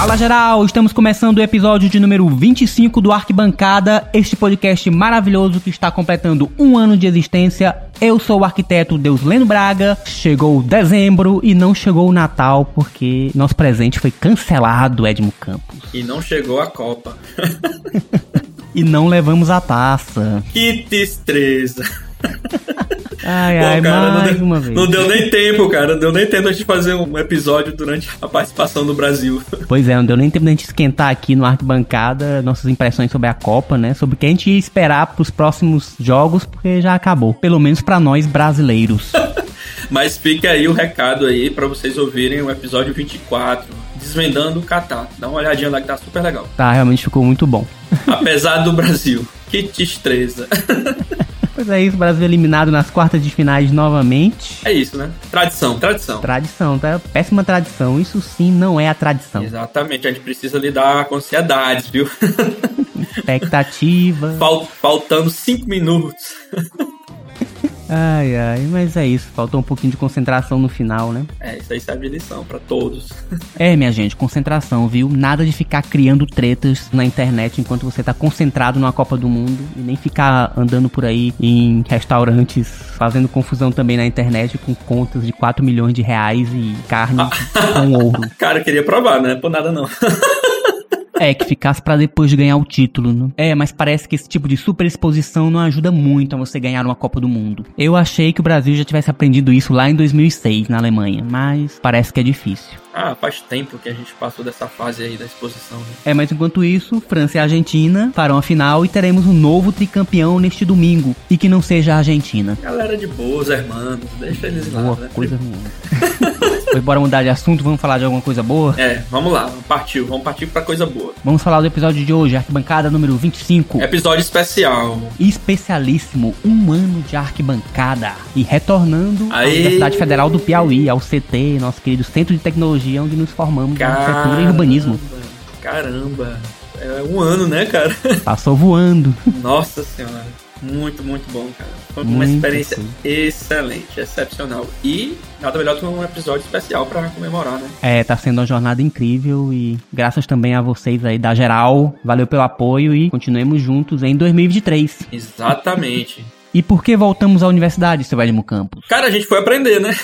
Fala geral, estamos começando o episódio de número 25 do Arquibancada, este podcast maravilhoso que está completando um ano de existência. Eu sou o arquiteto Deusleno Braga, chegou dezembro e não chegou o Natal porque nosso presente foi cancelado, Edmo Campos. E não chegou a Copa. E não levamos a taça. Que tristeza. Ai, cara, mais uma vez. Não deu nem tempo, cara. Não deu nem tempo de fazer um episódio durante a participação do Brasil. Pois é, não deu nem tempo de a gente esquentar aqui no Arquibancada nossas impressões sobre a Copa, né? Sobre o que a gente ia esperar pros próximos jogos, porque já acabou. Pelo menos pra nós brasileiros. Mas fica aí o recado aí pra vocês ouvirem o episódio 24, Desvendando o Catar. Dá uma olhadinha lá que tá super legal. Tá, realmente ficou muito bom. Apesar do Brasil. Que tristeza. Pois é isso, o Brasil eliminado nas quartas de finais novamente. É isso, né? Tradição. Tradição, tá? Péssima tradição. Isso sim não é a tradição. Exatamente, a gente precisa lidar com ansiedades, viu? Expectativa. Faltando 5 minutos. Ai, mas é isso. Faltou um pouquinho de concentração no final, né? É, isso aí serve de lição pra todos. É, minha gente, concentração, viu? Nada de ficar criando tretas na internet enquanto você tá concentrado numa Copa do Mundo. E nem ficar andando por aí em restaurantes fazendo confusão também na internet com contas de 4 milhões de reais e carne com ouro. Cara, eu queria provar, não é por nada não. É, que ficasse pra depois de ganhar o título, né? É, mas parece que esse tipo de superexposição não ajuda muito a você ganhar uma Copa do Mundo. Eu achei que o Brasil já tivesse aprendido isso lá em 2006, na Alemanha, mas parece que é difícil. Ah, faz tempo que a gente passou dessa fase aí da exposição, né? É, mas enquanto isso, França e Argentina farão a final e teremos um novo tricampeão neste domingo. E que não seja a Argentina. Galera de boas, hermanos, deixa eles lá, né? Coisa ruim. Pois bora mudar de assunto, vamos falar de alguma coisa boa? É, vamos lá, vamos partir pra coisa boa. Vamos falar do episódio de hoje, Arquibancada número 25. Episódio especial. Especialíssimo, um ano de Arquibancada. E retornando à Universidade Federal do Piauí, ao CT, nosso querido Centro de Tecnologia, onde nos formamos em arquitetura e urbanismo. Caramba, é um ano, né, cara? Passou voando. Nossa senhora. Muito, muito bom, cara. Foi uma experiência excelente, excepcional. E nada melhor do que um episódio especial pra comemorar, né? É, tá sendo uma jornada incrível e graças também a vocês aí da geral. Valeu pelo apoio e continuemos juntos em 2023. Exatamente. E por que voltamos à universidade, seu Edmo Campos? Cara, a gente foi aprender, né?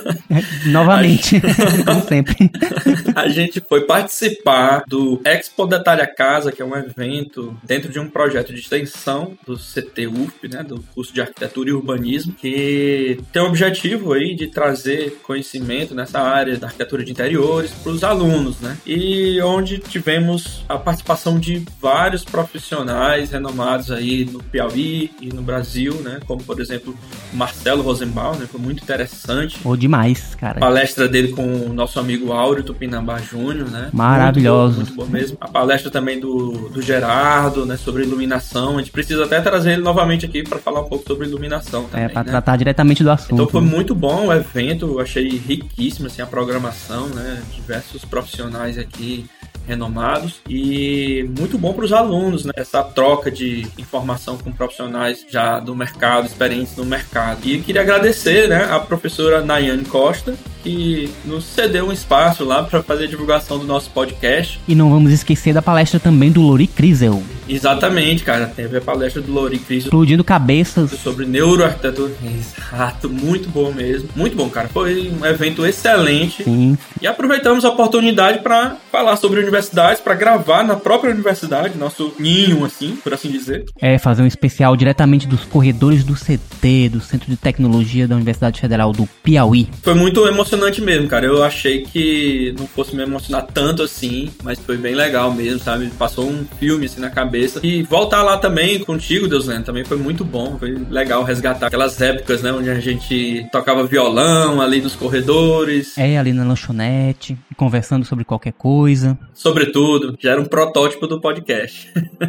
Novamente, como sempre. A gente foi participar do Expo Detalhe a Casa, que é um evento dentro de um projeto de extensão do CT-UFP, né? Do curso de Arquitetura e Urbanismo, que tem o objetivo aí de trazer conhecimento nessa área da arquitetura de interiores para os alunos, né? E onde tivemos a participação de vários profissionais renomados aí no Piauí e no Brasil, né? Como, por exemplo, o Marcelo Rosenbaum, né? Foi muito interessante. Demais, cara. A palestra dele com o nosso amigo Áureo Tupinambá Júnior, né? Maravilhoso. Muito bom mesmo. A palestra também do Gerardo, né? Sobre iluminação. A gente precisa até trazer ele novamente aqui para falar um pouco sobre iluminação também, para né? tratar diretamente do assunto. Então foi muito bom o evento, eu achei riquíssimo, assim, a programação, né? Diversos profissionais aqui renomados e muito bom para os alunos, né? Essa troca de informação com profissionais já do mercado, experientes no mercado. E queria agradecer, né, a professora Nayane Costa, que nos cedeu um espaço lá para fazer a divulgação do nosso podcast. E não vamos esquecer da palestra também do Lori Crisel. Exatamente, cara. Teve a palestra do Lori Crisel. Explodindo cabeças. Sobre neuroarquitetura. Exato, muito bom mesmo. Muito bom, cara. Foi um evento excelente. Sim. E aproveitamos a oportunidade para falar sobre universidades, para gravar na própria universidade, nosso ninho, assim, por assim dizer. É, fazer um especial diretamente dos corredores do CT, do Centro de Tecnologia da Universidade Federal do Piauí. Foi muito emocionante mesmo, cara. Eu achei que não fosse me emocionar tanto assim, mas foi bem legal mesmo, sabe? Passou um filme assim na cabeça. E voltar lá também contigo, Deusleno, também foi muito bom. Foi legal resgatar aquelas épocas, né? Onde a gente tocava violão ali nos corredores. É, ali na lanchonete, conversando sobre qualquer coisa. Sobretudo, já era um protótipo do podcast.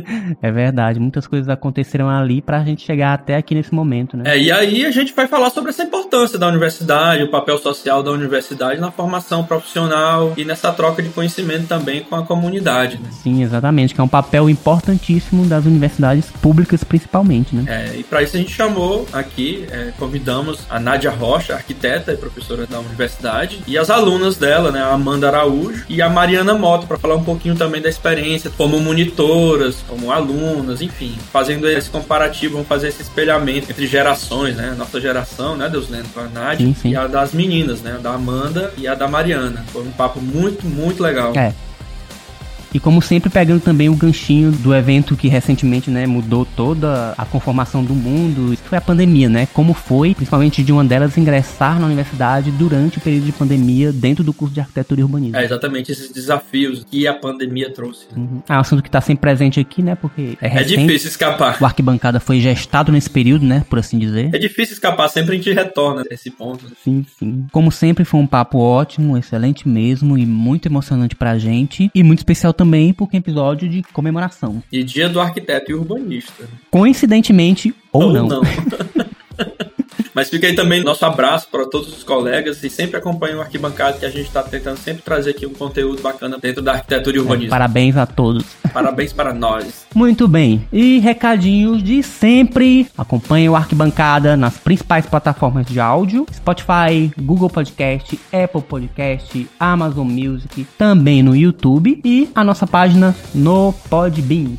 É verdade, muitas coisas aconteceram ali pra gente chegar até aqui nesse momento, né? É, e aí a gente vai falar sobre essa importância da universidade, o papel social da universidade na formação profissional e nessa troca de conhecimento também com a comunidade, né? Sim, exatamente, que é um papel importantíssimo das universidades públicas principalmente, né? É, e para isso a gente chamou aqui, convidamos a Nádia Rocha, arquiteta e professora da universidade, e as alunas dela, né, a Amanda Amanda Araújo e a Mariana Mota, para falar um pouquinho também da experiência como monitoras, como alunas, enfim, fazendo esse comparativo, vamos fazer esse espelhamento entre gerações, né? Nossa geração, né, Deus lendo, com a Nádia, sim. E a das meninas, né? A da Amanda e a da Mariana. Foi um papo muito, muito legal. E como sempre, pegando também o ganchinho do evento que recentemente, né, mudou toda a conformação do mundo, isso foi a pandemia, né? Como foi, principalmente de uma delas, ingressar na universidade durante o período de pandemia dentro do curso de arquitetura e urbanismo. Exatamente esses desafios que a pandemia trouxe. É um assunto que está sempre presente aqui, né? Porque é recente. É difícil escapar. O Arquibancada foi gestado nesse período, né? Por assim dizer. É difícil escapar, sempre a gente retorna a esse ponto. Sim, sim. Como sempre, foi um papo ótimo, excelente mesmo e muito emocionante pra gente. E muito especial também porque é episódio de comemoração. E dia do arquiteto e urbanista. Coincidentemente ou não. Mas fica aí também nosso abraço para todos os colegas e sempre acompanhem o Arquibancada, que a gente está tentando sempre trazer aqui um conteúdo bacana dentro da arquitetura e urbanismo. Parabéns a todos. Parabéns para nós. Muito bem. E recadinhos de sempre. Acompanhe o Arquibancada nas principais plataformas de áudio. Spotify, Google Podcast, Apple Podcast, Amazon Music, também no YouTube. E a nossa página no Podbean,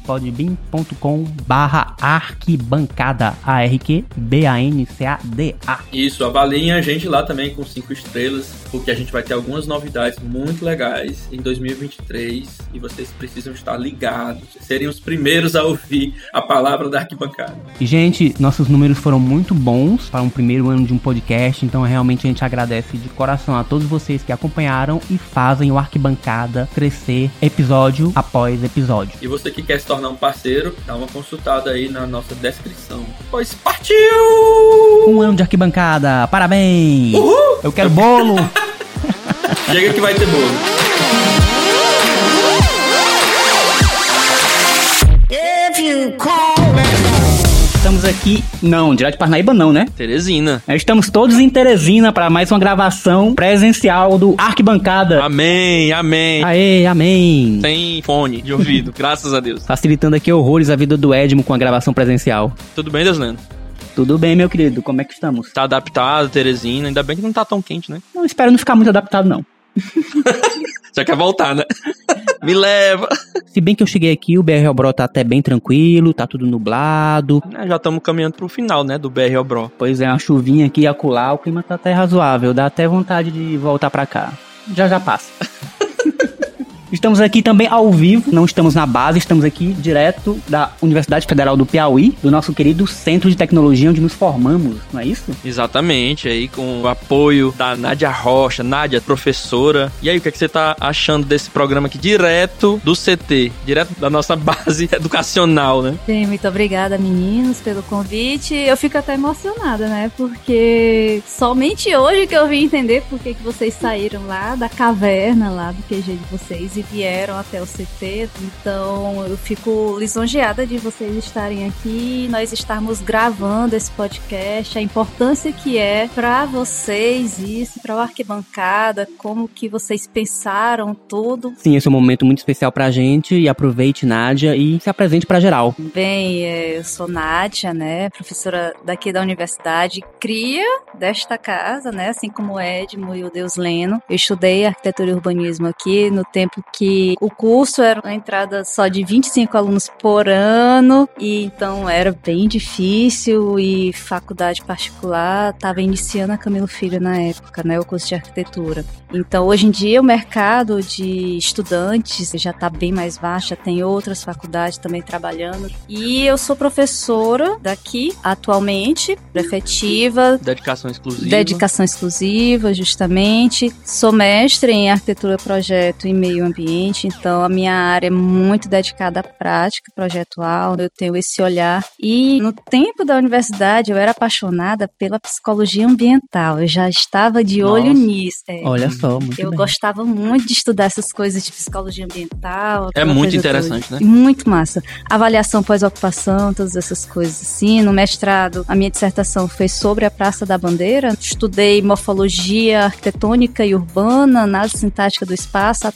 podbean.com/arquibancada, ARQBANCADA. Isso, avaliem a gente lá também com 5 estrelas, porque a gente vai ter algumas novidades muito legais em 2023 e vocês precisam estar ligados, serem os primeiros a ouvir a palavra da Arquibancada. E, gente, nossos números foram muito bons para um primeiro ano de um podcast, então realmente a gente agradece de coração a todos vocês que acompanharam e fazem o Arquibancada crescer episódio após episódio. E você que quer se tornar um parceiro, dá uma consultada aí na nossa descrição. Pois partiu! Um ano de Arquibancada, parabéns! Uhul! Eu quero bolo! Chega que vai ter bolo. Estamos aqui, não, direto de Parnaíba não, né? Teresina. Estamos todos em Teresina para mais uma gravação presencial do Arquibancada. Amém, amém. Aê, amém. Sem fone de ouvido, graças a Deus. Facilitando aqui horrores a vida do Edmo com a gravação presencial. Tudo bem, Deus Lendo? Tudo bem, meu querido, como é que estamos? Tá adaptado, Teresina, ainda bem que não tá tão quente, né? Não, espero não ficar muito adaptado, não. Já quer voltar, né? Me leva. Se bem que eu cheguei aqui, o BR Obró tá até bem tranquilo, tá tudo nublado. Já estamos caminhando pro final, né, do BR Obró. Pois é, uma chuvinha aqui e acolá, o clima tá até razoável, dá até vontade de voltar pra cá. Já passa. Estamos aqui também ao vivo, não estamos na base, estamos aqui direto da Universidade Federal do Piauí, do nosso querido Centro de Tecnologia, onde nos formamos, não é isso? Exatamente, aí com o apoio da Nádia Rocha. Nádia, professora. E aí, o que é que você tá achando desse programa aqui, direto do CT, direto da nossa base educacional, né? Bem, muito obrigada, meninos, pelo convite. Eu fico até emocionada, né? Porque somente hoje que eu vim entender por que vocês saíram lá da caverna, lá do QG de vocês, e vieram até o CT, então eu fico lisonjeada de vocês estarem aqui, nós estarmos gravando esse podcast, a importância que é para vocês isso, para o Arquibancada, como que vocês pensaram tudo. Sim, esse é um momento muito especial pra gente, e aproveite, Nádia, e se apresente pra geral. Bem, eu sou Nádia, né, professora daqui da universidade, cria desta casa, né, assim como o Edmo e o Deus Leno. Eu estudei arquitetura e urbanismo aqui no tempo que o curso era uma entrada só de 25 alunos por ano, e então era bem difícil, e faculdade particular estava iniciando a Camilo Filho na época, né, o curso de arquitetura. Então hoje em dia o mercado de estudantes já está bem mais vasto, já tem outras faculdades também trabalhando, e eu sou professora daqui atualmente, efetiva. Dedicação exclusiva. Dedicação exclusiva, justamente. Sou mestre em arquitetura, projeto e meio ambiente, então a minha área é muito dedicada à prática projetual, eu tenho esse olhar. E no tempo da universidade eu era apaixonada pela psicologia ambiental, eu já estava de olho nisso. Olha só, muito eu bem. Gostava muito de estudar essas coisas de psicologia ambiental. É muito interessante, né? Muito massa. Avaliação pós-ocupação, todas essas coisas assim. No mestrado, a minha dissertação foi sobre a Praça da Bandeira. Estudei morfologia arquitetônica e urbana, análise sintática do espaço, atrelada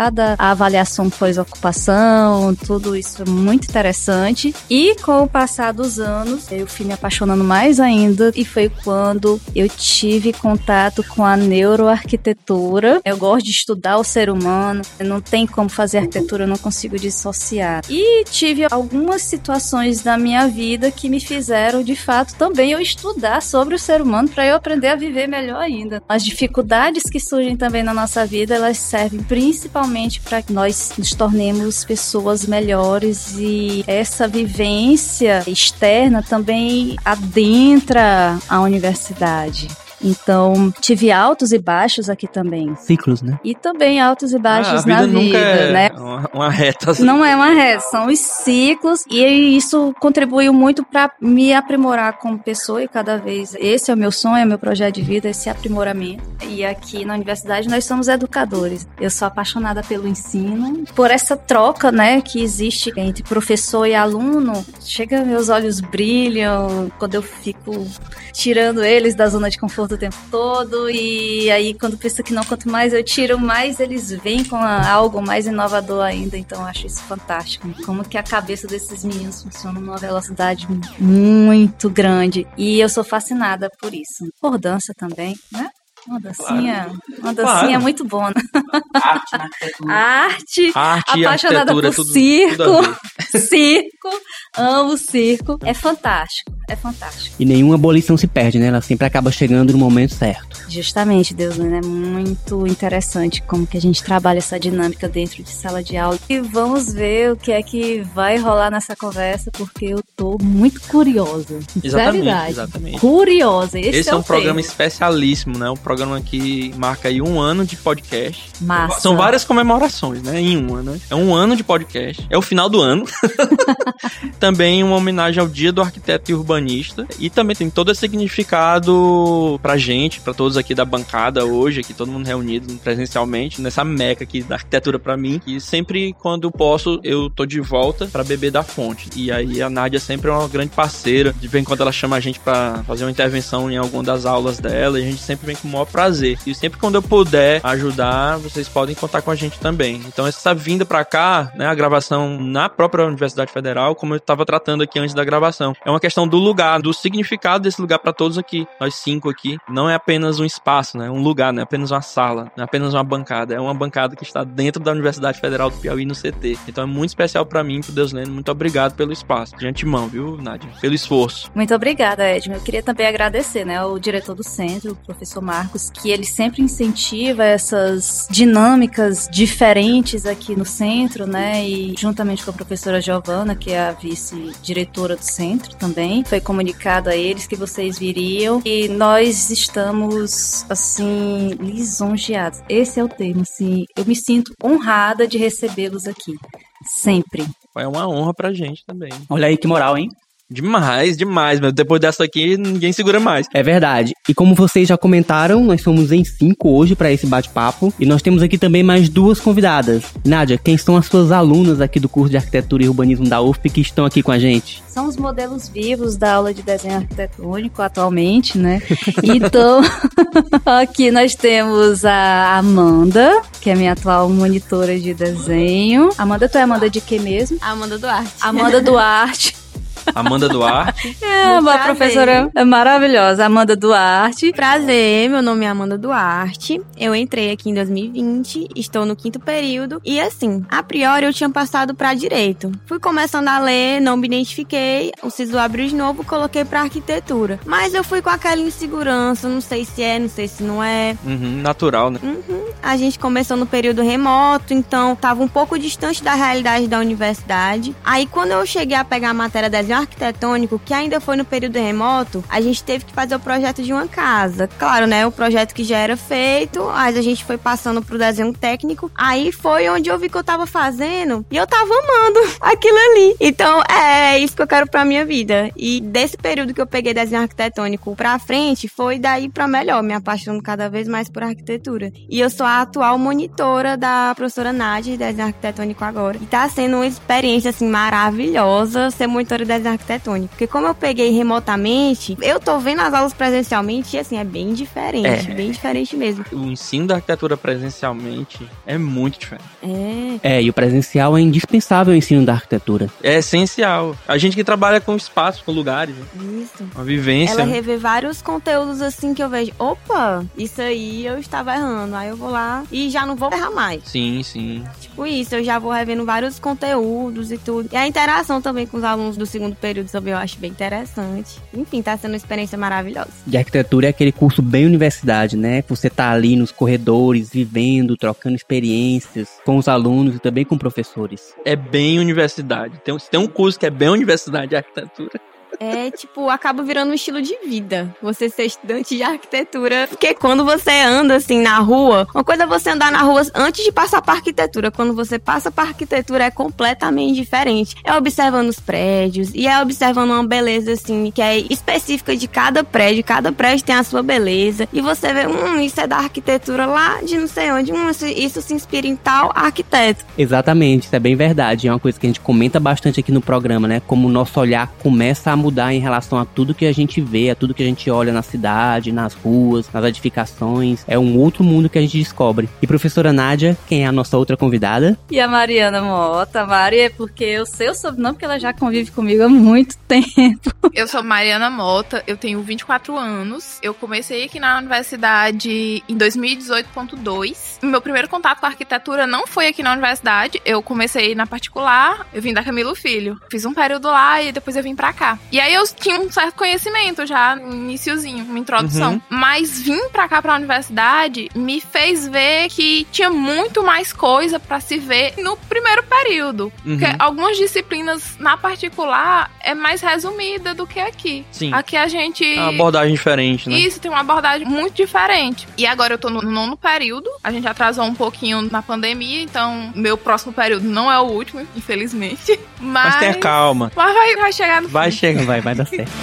voltada à avaliação pós-ocupação, tudo isso é muito interessante. E com o passar dos anos, eu fui me apaixonando mais ainda e foi quando eu tive contato com a neuroarquitetura. Eu gosto de estudar o ser humano, não tem como fazer arquitetura, eu não consigo dissociar. E tive algumas situações da minha vida que me fizeram, de fato, também eu estudar sobre o ser humano para eu aprender a viver melhor ainda. As dificuldades que surgem também na nossa vida, elas servem principalmente para que nós nos tornemos pessoas melhores, e essa vivência externa também adentra a universidade. Então, tive altos e baixos aqui também. Ciclos, né? E também altos e baixos na vida, nunca é né? uma reta. Assim. Não é uma reta, são os ciclos, e isso contribuiu muito para me aprimorar como pessoa, e cada vez esse é o meu sonho, é o meu projeto de vida, esse aprimoramento. E aqui na universidade nós somos educadores. Eu sou apaixonada pelo ensino, por essa troca, né, que existe entre professor e aluno. Chega, meus olhos brilham quando eu fico tirando eles da zona de conforto o tempo todo, e aí quando penso que não, quanto mais eu tiro, mais eles vêm com algo mais inovador ainda. Então eu acho isso fantástico, como que a cabeça desses meninos funciona numa velocidade muito grande, e eu sou fascinada por isso, por dança também, né? Uma dancinha muito boa. Arte na arquitetura. Arte e apaixonada arquitetura, por tudo circo. Circo, amo circo. É fantástico, é fantástico. E nenhuma abolição se perde, né? Ela sempre acaba chegando no momento certo. Justamente, Deus, né? É muito interessante como que a gente trabalha essa dinâmica dentro de sala de aula. E vamos ver o que é que vai rolar nessa conversa, porque eu tô muito curiosa. Exatamente. Curiosa. Esse é um programa especialíssimo, né? Um programa que marca aí 1 ano de podcast. Massa. São várias comemorações, né? Em uma, né? É 1 ano de podcast. É o final do ano. Também uma homenagem ao Dia do Arquiteto e Urbanista. E também tem todo esse significado pra gente, pra todos aqui da bancada hoje, aqui todo mundo reunido presencialmente, nessa meca aqui da arquitetura pra mim. E sempre quando posso, eu tô de volta pra beber da fonte. E aí a Nádia sempre é uma grande parceira. De vez em quando ela chama a gente pra fazer uma intervenção em alguma das aulas dela, e a gente sempre vem com o maior prazer. E sempre quando eu puder ajudar, vocês podem contar com a gente também. Então essa vinda pra cá, né, a gravação na própria Universidade Federal, como eu estava tratando aqui antes da gravação, é uma questão do lugar, do significado desse lugar pra todos aqui, nós 5 aqui. Não é apenas um espaço, né, um lugar, não é apenas uma sala, não é apenas uma bancada, é uma bancada que está dentro da Universidade Federal do Piauí no CT. Então é muito especial pra mim, pro Deus Lendo. Muito obrigado pelo espaço. De antemão, viu, Nádia? Pelo esforço. Muito obrigada, Edmil. Eu queria também agradecer, né, ao diretor do centro, o professor Marcos, que ele sempre incentiva essas dinâmicas diferentes aqui no centro, né, e juntamente com a professora Giovana, que é a vice-diretora do centro também, foi comunicado a eles que vocês viriam, e nós estamos, assim, lisonjeados. Esse é o termo, assim, eu me sinto honrada de recebê-los aqui, sempre. É uma honra pra gente também. Olha aí que moral, hein? Demais, mas depois dessa aqui, ninguém segura mais. É verdade. E como vocês já comentaram, nós somos em 5 hoje para esse bate-papo. E nós temos aqui também mais 2 convidadas. Nádia, quem são as suas alunas aqui do curso de Arquitetura e Urbanismo da UFP que estão aqui com a gente? São os modelos vivos da aula de desenho arquitetônico atualmente, né? Então, aqui nós temos a Amanda, que é minha atual monitora de desenho. Amanda, tu é Amanda de quê mesmo? Amanda Duarte. Amanda Duarte. Amanda Duarte. É uma professora maravilhosa, Amanda Duarte. Prazer, meu nome é Amanda Duarte. Eu entrei aqui em 2020, estou no 5º período. E assim, a priori eu tinha passado pra direito. Fui começando a ler, não me identifiquei. O SISU abriu de novo, coloquei pra arquitetura. Mas eu fui com aquela insegurança, não sei se é, não sei se não é. Natural, né? A gente começou no período remoto, então tava um pouco distante da realidade da universidade. Aí quando eu cheguei a pegar a matéria desenho arquitetônico, que ainda foi no período remoto, a gente teve que fazer o projeto de uma casa. Claro, né, o projeto que já era feito, mas a gente foi passando pro desenho técnico, aí foi onde eu vi que eu tava fazendo, e eu tava amando aquilo ali. Então, é isso que eu quero pra minha vida. E desse período que eu peguei desenho arquitetônico pra frente, foi daí pra melhor, me apaixonando cada vez mais por arquitetura. E eu sou a atual monitora da professora Nádia de desenho arquitetônico agora. E tá sendo uma experiência, assim, maravilhosa ser monitora de desenho design arquitetônico. Porque como eu peguei remotamente, eu tô vendo as aulas presencialmente e assim, é bem diferente mesmo. O ensino da arquitetura presencialmente é muito diferente. E o presencial é indispensável ao ensino da arquitetura. É essencial. A gente que trabalha com espaço, com lugares, né? Isso. Uma vivência. Ela revê vários conteúdos assim que eu vejo, opa, isso aí eu estava errando. Aí eu vou lá e já não vou errar mais. Sim, sim. Tipo isso, eu já vou revendo vários conteúdos e tudo. E a interação também com os alunos do segundo período também eu acho bem interessante. Enfim, tá sendo uma experiência maravilhosa. De arquitetura é aquele curso bem universidade, né? Você tá ali nos corredores, vivendo, trocando experiências com os alunos e também com professores. É bem universidade. Tem um curso que é bem universidade de arquitetura. Acaba virando um estilo de vida. Você ser estudante de arquitetura. Porque quando você anda, assim, na rua... Uma coisa é você andar na rua antes de passar pra arquitetura. Quando você passa pra arquitetura, é completamente diferente. É observando os prédios. E é observando uma beleza, assim, que é específica de cada prédio. Cada prédio tem a sua beleza. E você vê, isso é da arquitetura lá de não sei onde. Isso se inspira em tal arquiteto. Exatamente, isso é bem verdade. É uma coisa que a gente comenta bastante aqui no programa, né? Como o nosso olhar começa a mudar em relação a tudo que a gente vê, a tudo que a gente olha na cidade, nas ruas, nas edificações. É um outro mundo que a gente descobre. E professora Nádia, quem é a nossa outra convidada? E a Mariana Mota. A Mari é porque eu sei o sobrenome, porque ela já convive comigo há muito tempo. Eu sou Mariana Mota, eu tenho 24 anos. Eu comecei aqui na universidade em 2018.2. Meu primeiro contato com a arquitetura não foi aqui na universidade. Eu comecei na particular, eu vim da Camilo Filho. Fiz um período lá e depois eu vim pra cá. E aí eu tinha um certo conhecimento já no iniciozinho, uma introdução. Mas vir pra cá, pra universidade, me fez ver que tinha muito mais coisa pra se ver no primeiro período. Porque algumas disciplinas na particular é mais resumida do que aqui. Sim. Aqui a gente... É uma abordagem diferente, né? Isso, tem uma abordagem muito diferente. E agora eu tô no 9º período. A gente atrasou um pouquinho na pandemia, então meu próximo período não é o último, infelizmente. Mas tenha calma. Mas vai chegar no Vai chegar, vai dar certo.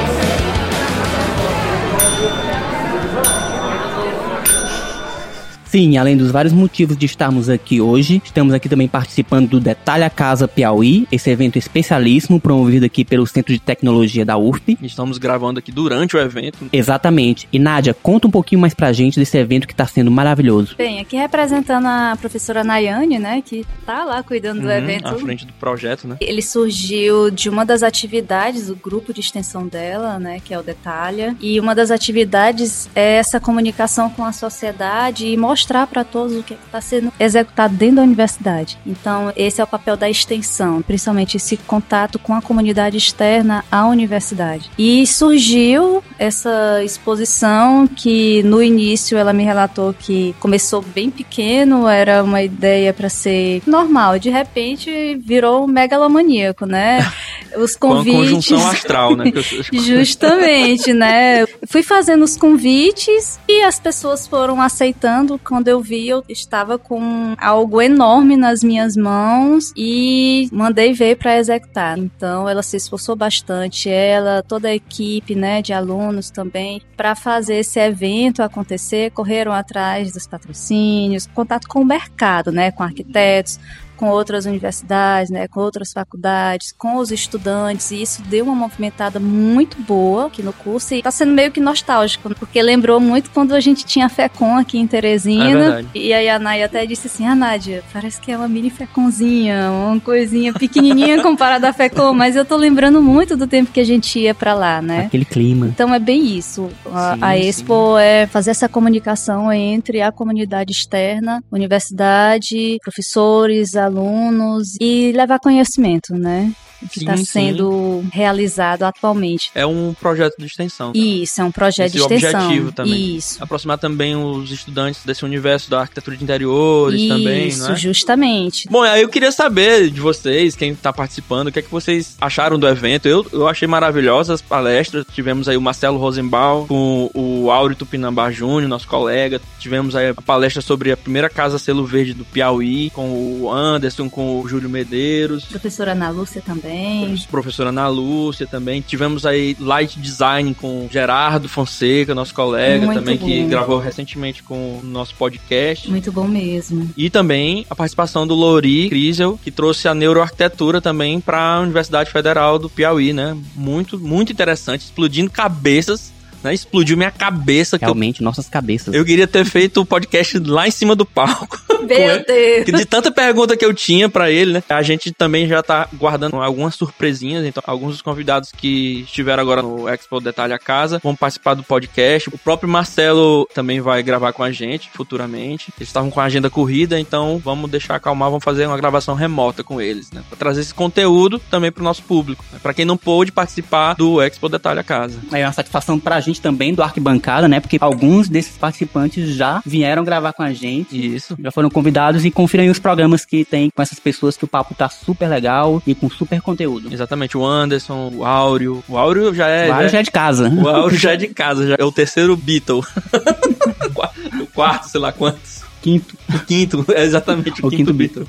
Sim, além dos vários motivos de estarmos aqui hoje, estamos aqui também participando do Detalha Casa Piauí, esse evento especialíssimo promovido aqui pelo Centro de Tecnologia da UFP. Estamos gravando aqui durante o evento. Exatamente. E Nádia, conta um pouquinho mais pra gente desse evento que tá sendo maravilhoso. Bem, aqui representando a professora Nayane, né, que tá lá cuidando do evento. À frente do projeto, né? Ele surgiu de uma das atividades do grupo de extensão dela, né, que é o Detalha. E uma das atividades é essa comunicação com a sociedade e mostrar para todos o que está sendo executado dentro da universidade. Então, esse é o papel da extensão, principalmente esse contato com a comunidade externa à universidade. E surgiu essa exposição que, no início, ela me relatou que começou bem pequeno, era uma ideia para ser normal, de repente virou megalomaníaco, né? Os convites... Com a conjunção astral, né? Justamente, né? Fui fazendo os convites e as pessoas foram aceitando. Quando eu vi, eu estava com algo enorme nas minhas mãos e mandei ver para executar. Então, ela se esforçou bastante, ela, toda a equipe, né, de alunos também, para fazer esse evento acontecer, correram atrás dos patrocínios, contato com o mercado, né, com arquitetos, com outras universidades, né, com outras faculdades, com os estudantes, e isso deu uma movimentada muito boa aqui no curso, e tá sendo meio que nostálgico, porque lembrou muito quando a gente tinha a FECOM aqui em Teresina, e aí a Nay até disse assim, Nádia, parece que é uma mini FECOMzinha, uma coisinha pequenininha comparada à FECOM, mas eu tô lembrando muito do tempo que a gente ia pra lá, né? Aquele clima. Então é bem isso, a Expo é fazer essa comunicação entre a comunidade externa, universidade, professores, alunos e levar conhecimento, né? O que está sendo realizado atualmente. É um projeto de extensão. Tá? Isso, é um projeto de extensão. Objetivo também. Isso. Aproximar também os estudantes desse universo da arquitetura de interiores também, isso, não é? justamente. Bom, aí eu queria saber de vocês, quem está participando, o que é que vocês acharam do evento. Eu achei maravilhosas as palestras. Tivemos aí o Marcelo Rosenbaum com o Áureo Tupinambá Júnior, nosso colega. Tivemos aí a palestra sobre a primeira Casa Selo Verde do Piauí, com o Anderson, com o Júlio Medeiros. Professora Ana Lúcia também. também. Professora Ana Lúcia também. Tivemos aí Light Design com Gerardo Fonseca, nosso colega Muito também, bom. que gravou recentemente com o nosso podcast. Muito bom mesmo. E também a participação do Lori Crisel, que trouxe a neuroarquitetura também para a Universidade Federal do Piauí, né? Muito, muito interessante, explodindo cabeças, né? Explodiu minha cabeça. Realmente, nossas cabeças. Eu queria ter feito o podcast lá em cima do palco. Meu Deus! De tanta pergunta que eu tinha pra ele, né? A gente também já tá guardando algumas surpresinhas. Então, alguns dos convidados que estiveram agora no Expo Detalhe a Casa vão participar do podcast. O próprio Marcelo também vai gravar com a gente futuramente. Eles estavam com a agenda corrida, então vamos deixar acalmar, vamos fazer uma gravação remota com eles, né? Pra trazer esse conteúdo também pro nosso público, né? Pra quem não pôde participar do Expo Detalhe a Casa. É uma satisfação pra gente também do Arquibancada, né? Porque alguns desses participantes já vieram gravar com a gente. Isso. Já foram convidados e confiram aí os programas que tem com essas pessoas, que o papo tá super legal e com super conteúdo. Exatamente. O Anderson, o Áureo. O Áureo já é... O Áureo já é de casa. O Áureo já é de casa, já é o terceiro Beatle. O quarto, sei lá quantos. O quinto, é exatamente o quinto Beatle.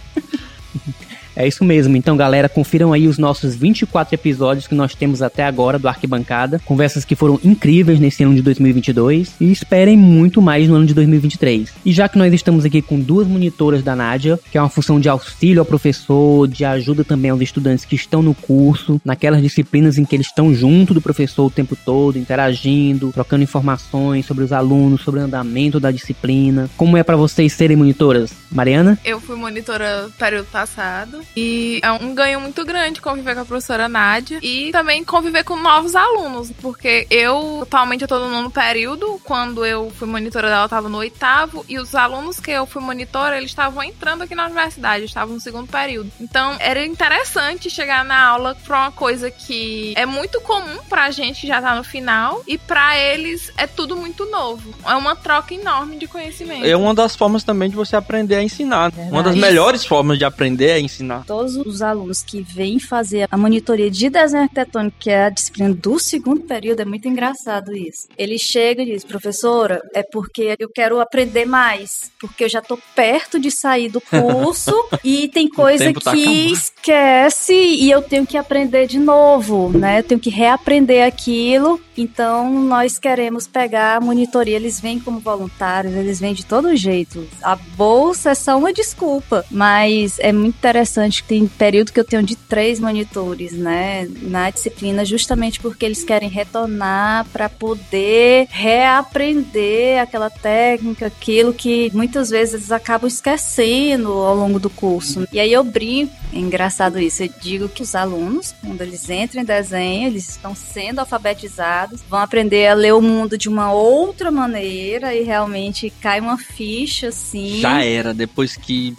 É isso mesmo. Então, galera, confiram aí os nossos 24 episódios que nós temos até agora do Arquibancada. Conversas que foram incríveis nesse ano de 2022 e esperem muito mais no ano de 2023. E já que nós estamos aqui com duas monitoras da Nádia, que é uma função de auxílio ao professor, de ajuda também aos estudantes que estão no curso, naquelas disciplinas em que eles estão junto do professor o tempo todo, interagindo, trocando informações sobre os alunos, sobre o andamento da disciplina. Como é pra vocês serem monitoras? Mariana? Eu fui monitora no período passado. E é um ganho muito grande conviver com a professora Nádia e também conviver com novos alunos, porque atualmente eu tô no nono período, quando eu fui monitora dela eu tava no 8º, e os alunos que eu fui monitora, eles estavam entrando aqui na universidade, estavam no 2º período. Então era interessante chegar na aula pra uma coisa que é muito comum pra gente que já tá no final, e pra eles é tudo muito novo. É uma troca enorme de conhecimento. É uma das formas também de você aprender a ensinar. Verdade. Uma das melhores formas de aprender é ensinar. Todos os alunos que vêm fazer a monitoria de desenho arquitetônico, que é a disciplina do 2º período, é muito engraçado isso. Ele chega e diz: professora, é porque eu quero aprender mais, porque eu já tô perto de sair do curso e tem coisa tá que esquece e eu tenho que aprender de novo, né? Eu tenho que reaprender aquilo. Então, nós queremos pegar a monitoria. Eles vêm como voluntários, eles vêm de todo jeito. A bolsa é só uma desculpa, mas é muito interessante. Tem período que eu tenho de 3 monitores, né, na disciplina, justamente porque eles querem retornar para poder reaprender aquela técnica, aquilo que muitas vezes eles acabam esquecendo ao longo do curso. E aí eu brinco, é engraçado isso, eu digo que os alunos, quando eles entram em desenho, eles estão sendo alfabetizados, vão aprender a ler o mundo de uma outra maneira e realmente cai uma ficha assim. Já era, depois que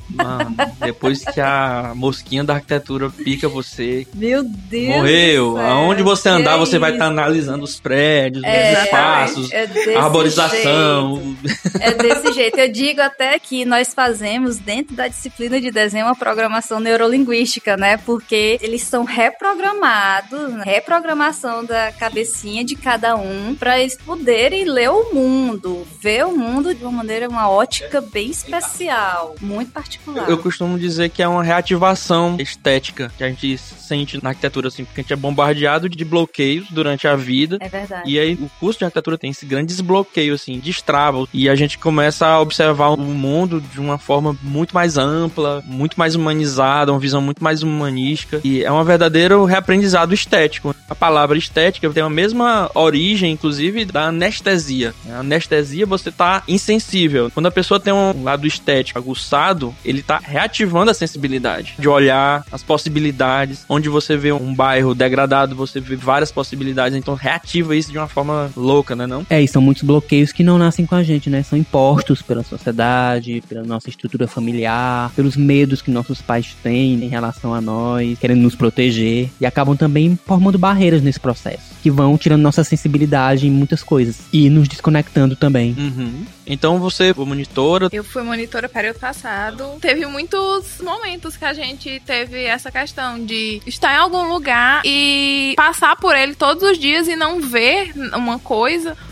a mosquinha da arquitetura pica você. Meu Deus! Morreu. Aonde você andar, você vai estar isso? analisando os prédios, os espaços, a arborização. É desse jeito. Eu digo até que nós fazemos, dentro da disciplina de desenho, uma programação neurolinguística, né? Porque eles são reprogramados, reprogramação da cabecinha de cada um, para eles poderem ler o mundo, ver o mundo de uma maneira, uma ótica bem especial, muito particular. Eu costumo dizer que é uma reativação estética que a gente sente na arquitetura, assim, porque a gente é bombardeado de bloqueios durante a vida. É verdade. E aí o curso de arquitetura tem esse grande desbloqueio, assim, destrava. E a gente começa a observar o mundo de uma forma muito mais ampla, muito mais humanizada, uma visão muito mais humanística. E é um verdadeiro reaprendizado estético. A palavra estética tem a mesma origem, inclusive, da anestesia. A anestesia, você tá insensível. Quando a pessoa tem um lado estético aguçado, ele tá reativando a sensibilidade de olhar as possibilidades. Onde você vê um bairro degradado, você vê várias possibilidades. Então reativa isso de uma forma louca, né, não? E são muitos bloqueios que não nascem com a gente, né? São impostos pela sociedade, pela nossa estrutura familiar, pelos medos que nossos pais têm em relação a nós, querendo nos proteger, e acabam também formando barreiras nesse processo, que vão tirando nossa sensibilidade em muitas coisas e nos desconectando também. Uhum. Então você foi monitora? Eu fui monitora período passado. Teve muitos momentos que a gente teve essa questão de estar em algum lugar e passar por ele todos os dias e não ver uma coisa,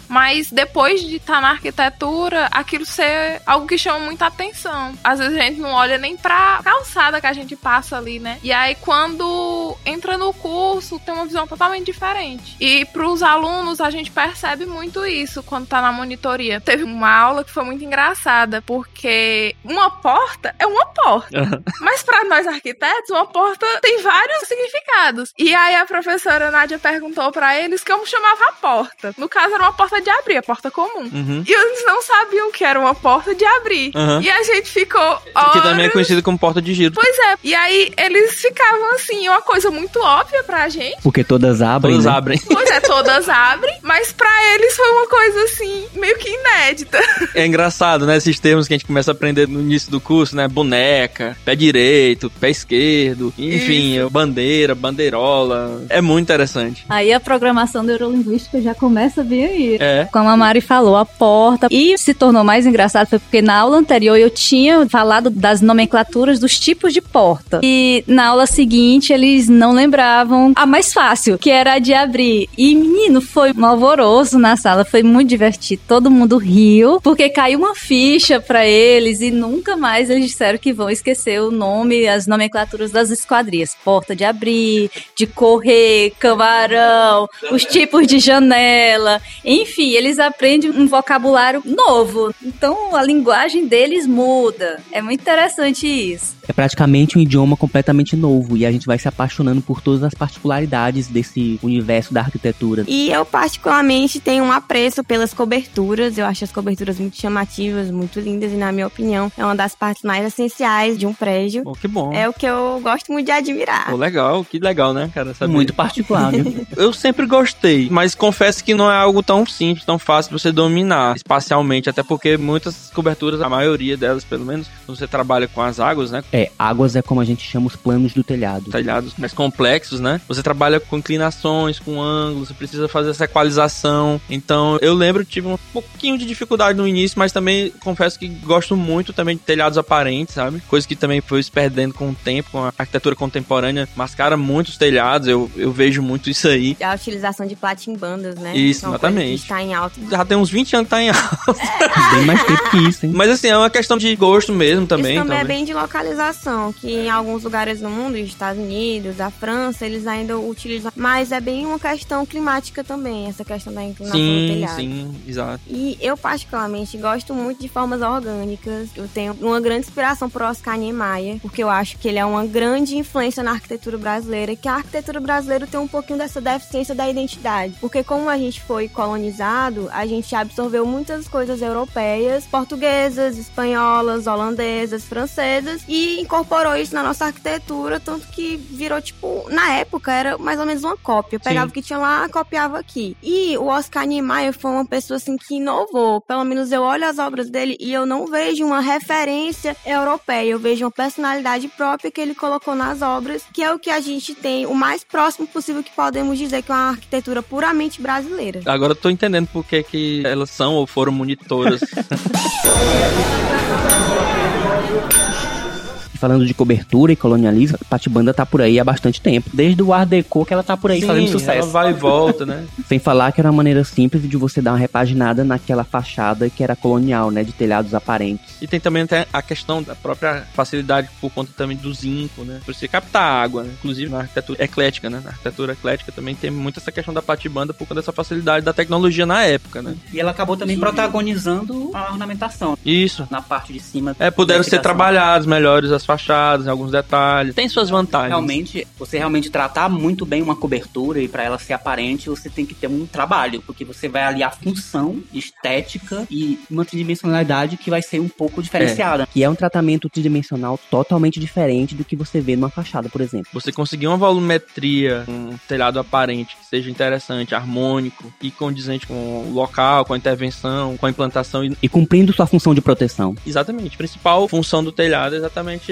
mas depois de estar na arquitetura, aquilo ser algo que chama muita atenção. Às vezes a gente não olha nem pra calçada que a gente passa ali, né? E aí quando entra no curso, tem uma visão totalmente diferente. E pros alunos, a gente percebe muito isso quando tá na monitoria. Teve uma aula que foi muito engraçada, porque uma porta é uma porta. Mas pra nós arquitetos, uma porta tem vários significados. E aí a professora Nádia perguntou pra eles como chamava a porta. No caso, era uma porta de abrir, a porta comum. E eles não sabiam que era uma porta de abrir. E a gente ficou horas... Que também é conhecido como porta de giro. Pois é. E aí eles ficavam assim, uma coisa muito óbvia pra gente. Porque todas abrem, Todas né? abrem. Pois é, todas abrem. Mas pra eles foi uma coisa assim, meio que inédita. É engraçado, né? Esses termos que a gente começa a aprender no início do curso, né? Boneca, pé direito, pé esquerdo, enfim, bandeira, bandeirola. É muito interessante. Aí a programação neurolinguística já começa bem aí. É. Como a Mari falou, a porta. E se tornou mais engraçado foi porque na aula anterior eu tinha falado das nomenclaturas dos tipos de porta. E na aula seguinte eles não lembravam a mais fácil, que era a de abrir. E, menino, foi um alvoroço na sala, foi muito divertido. Todo mundo riu, porque caiu uma ficha pra eles e nunca mais eles disseram que vão esquecer o nome, as nomenclaturas das esquadrias. Porta de abrir, de correr, camarão, os tipos de janela. Enfim, eles aprendem um vocabulário novo. Então, a linguagem deles muda. É muito interessante isso. É praticamente um idioma completamente novo e a gente vai se apaixonando por todas as particularidades desse universo da arquitetura. E eu particularmente tenho um apreço pelas coberturas. Eu acho as coberturas muito chamativas, muito lindas e, na minha opinião, é uma das partes mais essenciais de um prédio. Pô, que bom. É o que eu gosto muito de admirar. Pô, legal, que legal, né, cara? Saber. Muito particular, né? Eu sempre gostei, mas confesso que não é algo tão simples, tão fácil de você dominar espacialmente, até porque muitas coberturas, a maioria delas, pelo menos, quando você trabalha com as águas, né? Águas é como a gente chama os planos do telhado. Telhados mais complexos, né? Você trabalha com inclinações, com ângulos, você precisa fazer essa equalização. Então, eu lembro que tive um pouquinho de dificuldade no início, mas também confesso que gosto muito também de telhados aparentes, sabe? Coisa que também foi se perdendo com o tempo, com a arquitetura contemporânea, mascara muitos telhados, eu vejo muito isso aí. A utilização de platimbandas, né? Isso, exatamente. Está em alta. Já tem uns 20 anos que tá em alta. Bem mais tempo que isso, hein? Mas assim, é uma questão de gosto mesmo também. Isso também é bem de localização, que em alguns lugares do mundo, os Estados Unidos, da França, eles ainda utilizam, mas é bem uma questão climática também, essa questão da inclinação do telhado. Sim, exato. E eu particularmente gosto muito de formas orgânicas. Eu tenho uma grande inspiração por Oscar Niemeyer, porque eu acho que ele é uma grande influência na arquitetura brasileira, que a arquitetura brasileira tem um pouquinho dessa deficiência da identidade, porque como a gente foi colonizado, a gente absorveu muitas coisas europeias, portuguesas, espanholas, holandesas, francesas, e incorporou isso na nossa arquitetura, tanto que virou, tipo, na época era mais ou menos uma cópia. Eu pegava o que tinha lá, copiava aqui. E o Oscar Niemeyer foi uma pessoa, assim, que inovou. Pelo menos eu olho as obras dele e eu não vejo uma referência europeia. Eu vejo uma personalidade própria que ele colocou nas obras, que é o que a gente tem, o mais próximo possível que podemos dizer que é uma arquitetura puramente brasileira. Agora eu tô entendendo por que elas são ou foram monitoras. Falando de cobertura e colonialismo, Platibanda tá por aí há bastante tempo. Desde o Art Deco que ela tá por aí fazendo sucesso. Ela vai e volta, né? Sem falar que era uma maneira simples de você dar uma repaginada naquela fachada que era colonial, né? De telhados aparentes. E tem também até a questão da própria facilidade por conta também do zinco, né? Pra você captar água, né? Inclusive na arquitetura eclética, né? Na arquitetura eclética também tem muito essa questão da Platibanda por conta dessa facilidade da tecnologia na época, né? E ela acabou também protagonizando a ornamentação. Isso. Na parte de cima. Puderam ser trabalhados melhores as fachadas, em alguns detalhes. Tem suas vantagens. Você realmente tratar muito bem uma cobertura e para ela ser aparente, você tem que ter um trabalho, porque você vai aliar função, estética e uma tridimensionalidade que vai ser um pouco diferenciada. Que é um tratamento tridimensional totalmente diferente do que você vê numa fachada, por exemplo. Você conseguir uma volumetria, um telhado aparente que seja interessante, harmônico e condizente com o local, com a intervenção, com a implantação. E cumprindo sua função de proteção. Exatamente. A principal função do telhado é exatamente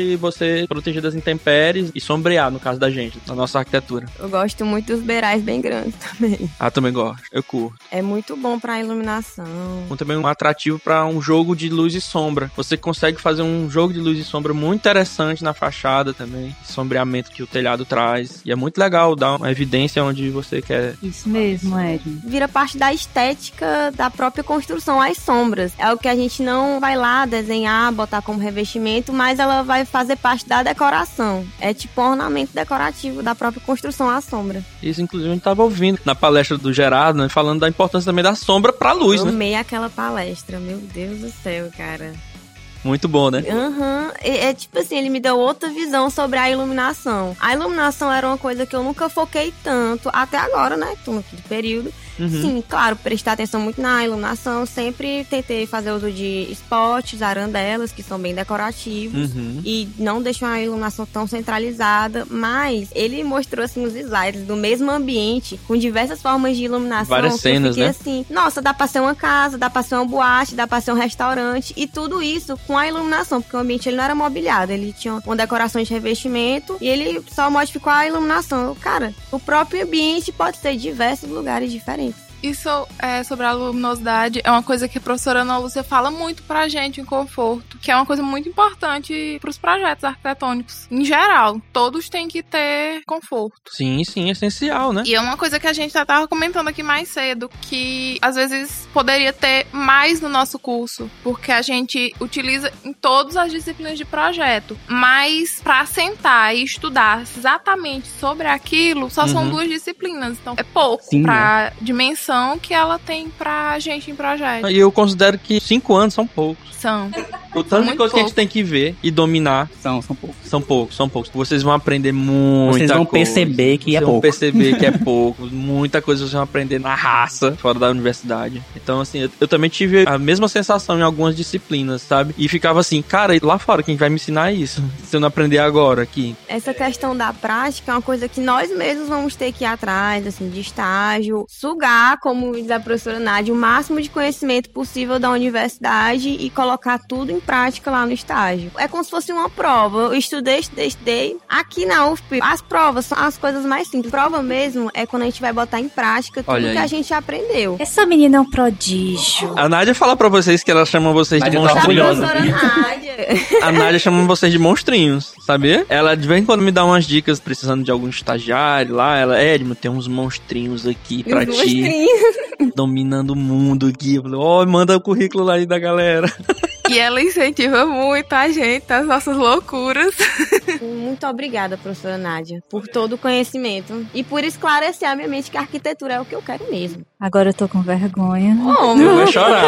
de você proteger das intempéries e sombrear, no caso da gente, na nossa arquitetura. Eu gosto muito dos beirais bem grandes também. Ah, também gosto. Eu curto. É muito bom pra iluminação. Também um atrativo para um jogo de luz e sombra. Você consegue fazer um jogo de luz e sombra muito interessante na fachada também. Sombreamento que o telhado traz. E é muito legal dar uma evidência onde você quer. Isso mesmo, Ed. Vira parte da estética da própria construção, as sombras. É o que a gente não vai lá desenhar, botar como revestimento, mas ela vai fazer parte da decoração. É tipo um ornamento decorativo da própria construção, a sombra. Isso, inclusive, a gente tava ouvindo na palestra do Gerardo, né, falando da importância também da sombra pra luz, Eu né? amei aquela palestra, meu Deus do céu, cara. Muito bom, né? Aham, é tipo assim, ele me deu outra visão sobre a iluminação. A iluminação era uma coisa que eu nunca foquei tanto, até agora, né, tô no quinto período. Sim, claro, prestar atenção muito na iluminação, sempre tentei fazer uso de spots, arandelas, que são bem decorativos, e não deixam a iluminação tão centralizada, mas ele mostrou, assim, os slides do mesmo ambiente, com diversas formas de iluminação. Várias cenas, eu fiquei né? assim, nossa, dá pra ser uma casa, dá pra ser uma boate, dá pra ser um restaurante, e tudo isso com a iluminação, porque o ambiente ele não era mobiliado, ele tinha uma decoração de revestimento, e ele só modificou a iluminação. Cara, o próprio ambiente pode ser diversos lugares diferentes. Isso sobre a luminosidade é uma coisa que a professora Ana Lúcia fala muito pra gente em conforto, que é uma coisa muito importante pros projetos arquitetônicos. Em geral, todos têm que ter conforto. Sim, sim, é essencial, né? E é uma coisa que a gente já tava comentando aqui mais cedo, que às vezes poderia ter mais no nosso curso, porque a gente utiliza em todas as disciplinas de projeto, mas pra sentar e estudar exatamente sobre aquilo, só são 2 disciplinas, então é pouco. Sim, pra dimensão que ela tem pra gente em projeto. E eu considero que 5 anos são poucos. São. O tanto de Muito coisa que a gente pouco. tem que ver e dominar São poucos. são poucos. Vocês vão aprender muita Vocês vão coisa. perceber que é Vocês vão pouco. perceber que é pouco. Muita coisa vocês vão aprender na raça, fora da universidade. Então, assim, eu também tive a mesma sensação em algumas disciplinas, sabe? E ficava assim, cara, e lá fora, quem vai me ensinar isso? Se eu não aprender agora aqui. Essa questão da prática é uma coisa que nós mesmos vamos ter que ir atrás, assim, de estágio, sugar, como diz a professora Nádia, o máximo de conhecimento possível da universidade e colocar tudo em prática lá no estágio. É como se fosse uma prova. Eu estudei. Aqui na UFP, as provas são as coisas mais simples. Prova mesmo é quando a gente vai botar em prática tudo Olha que aí. a gente aprendeu. Essa menina é um prodígio. A Nádia fala pra vocês que ela chama vocês de Nádia tá A monstrinhos. orgulhosa. professora Nádia. A Nádia chama vocês de monstrinhos, sabia? Ela de vez em quando me dá umas dicas precisando de algum estagiário lá. Ela, Edmo, tem uns monstrinhos aqui pra Os ti. monstrinhos. Dominando o mundo aqui. Eu falei, manda o currículo lá aí da galera. E ela incentiva muito a gente, as nossas loucuras. Muito obrigada, professora Nádia, por todo o conhecimento e por esclarecer a minha mente que a arquitetura é o que eu quero mesmo. Agora eu tô com vergonha. Eu vou chorar.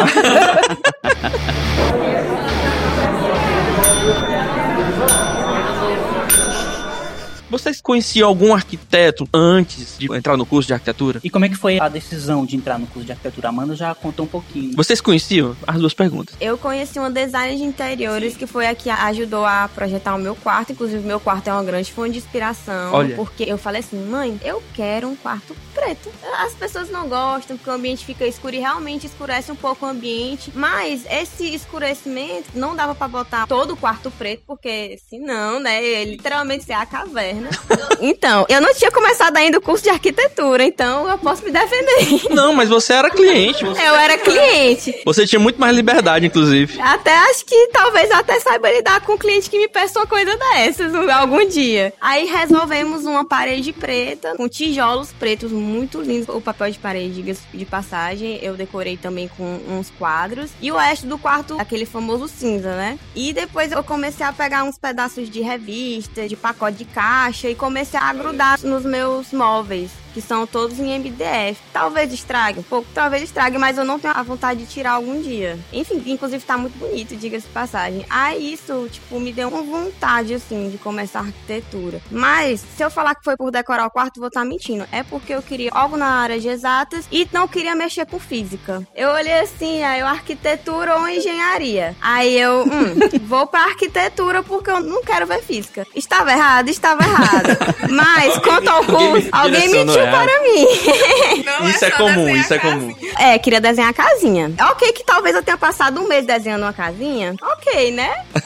Vocês conheciam algum arquiteto antes de entrar no curso de arquitetura? E como é que foi a decisão de entrar no curso de arquitetura? A Amanda já contou um pouquinho. Vocês conheciam? As 2 perguntas. Eu conheci uma designer de interiores que foi a que ajudou a projetar o meu quarto. Inclusive, meu quarto é uma grande fonte de inspiração. Olha. Porque eu falei assim, mãe, eu quero um quarto preto. As pessoas não gostam porque o ambiente fica escuro e realmente escurece um pouco o ambiente. Mas esse escurecimento não dava pra botar todo o quarto preto, porque senão, né, literalmente é a caverna. Então, eu não tinha começado ainda o curso de arquitetura, então eu posso me defender. Não, mas você era cliente. Eu era cliente. Você tinha muito mais liberdade, inclusive. Até acho que talvez eu até saiba lidar com um cliente que me peça uma coisa dessas algum dia. Aí resolvemos uma parede preta, com tijolos pretos muito lindos. O papel de parede, diga-se de passagem, eu decorei também com uns quadros. E o resto do quarto, aquele famoso cinza, né? E depois eu comecei a pegar uns pedaços de revista, de pacote de caixa e comecei a grudar nos meus móveis, que são todos em MDF. Talvez estrague um pouco, talvez estrague, mas eu não tenho a vontade de tirar algum dia. Enfim, inclusive tá muito bonito, diga-se de passagem. Aí isso, tipo, me deu uma vontade, assim, de começar a arquitetura. Mas, se eu falar que foi por decorar o quarto, vou estar mentindo. É porque eu queria algo na área de exatas e não queria mexer com física. Eu olhei assim, aí eu arquitetura ou engenharia. Aí eu, vou pra arquitetura porque eu não quero ver física. Estava errado. Mas, quanto ao curso, alguém mentiu para mim. Não Isso é só comum, desenhar isso é casa. comum. Queria desenhar a casinha. Ok que talvez eu tenha passado um mês desenhando uma casinha. Ok, né?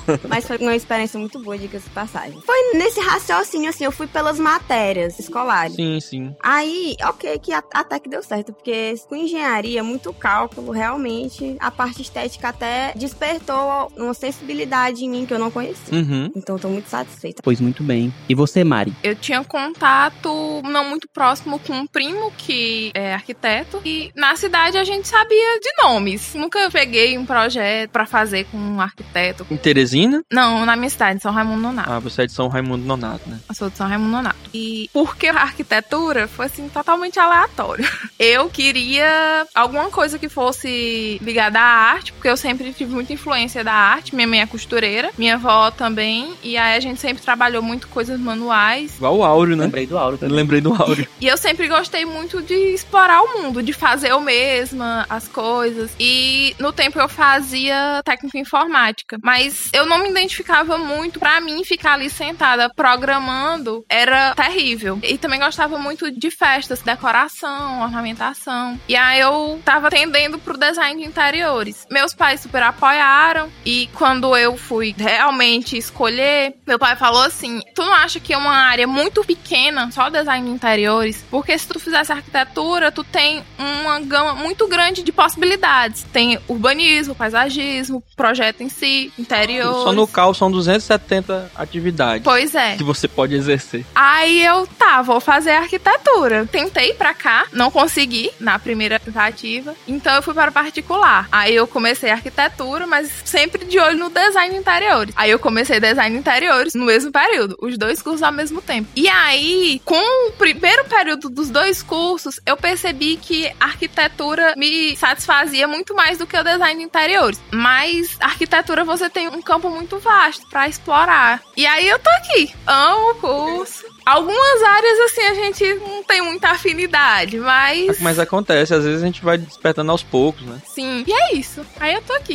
Mas foi uma experiência muito boa, diga-se de passagem. Foi nesse raciocínio, assim, eu fui pelas matérias escolares. Sim. Aí, ok, que até que deu certo, porque com engenharia, muito cálculo, realmente, a parte estética até despertou uma sensibilidade em mim que eu não conhecia. Então, eu tô muito satisfeita. Pois muito bem. E você, Mari? Eu tinha contato não muito próximo com um primo que é arquiteto e na cidade a gente sabia de nomes. Nunca peguei um projeto pra fazer com um arquiteto. Em Teresina? Não, na minha cidade, São Raimundo Nonato. Ah, você é de São Raimundo Nonato, né? Eu sou de São Raimundo Nonato. E porque a arquitetura foi assim totalmente aleatório. Eu queria alguma coisa que fosse ligada à arte, porque eu sempre tive muita influência da arte. Minha mãe é costureira, minha avó também, e aí a gente sempre trabalhou muito coisas manuais. Igual o Áureo, né? Lembrei do Áureo. Eu lembrei do Áureo. E eu sempre gostei muito de explorar o mundo, de fazer eu mesma as coisas. E no tempo eu fazia técnica em informática, mas eu não me identificava muito. Pra mim, ficar ali sentada programando era terrível. E também gostava muito de festas, decoração, ornamentação. E aí eu tava tendendo pro design de interiores. Meus pais super apoiaram e quando eu fui realmente escolher, meu pai falou assim, tu não acha que é uma área muito pequena, só design de interiores? Porque se tu fizesse arquitetura, tu tem uma gama muito grande de possibilidades. Tem urbanismo, paisagismo, projeto em si, interiores. Só no CAL são 270 atividades. Pois é. Que você pode exercer. Aí eu, vou fazer arquitetura. Tentei pra cá, não consegui na primeira tentativa. Então eu fui para particular. Aí eu comecei arquitetura, mas sempre de olho no design de interiores. Aí eu comecei design de interiores no mesmo período. Os dois cursos ao mesmo tempo. E aí, com o primeiro período dos dois cursos, eu percebi que a arquitetura me satisfazia muito mais do que o design de interiores. Mas a arquitetura você tem um campo muito vasto pra explorar. E aí eu tô aqui. Amo o curso. Algumas áreas, assim, a gente não tem muita afinidade, mas... Mas acontece, às vezes a gente vai despertando aos poucos, né? Sim, e é isso. Aí eu tô aqui.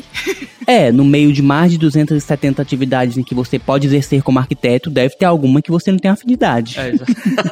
No meio de mais de 270 atividades em que você pode exercer como arquiteto, deve ter alguma que você não tem afinidade. Exato.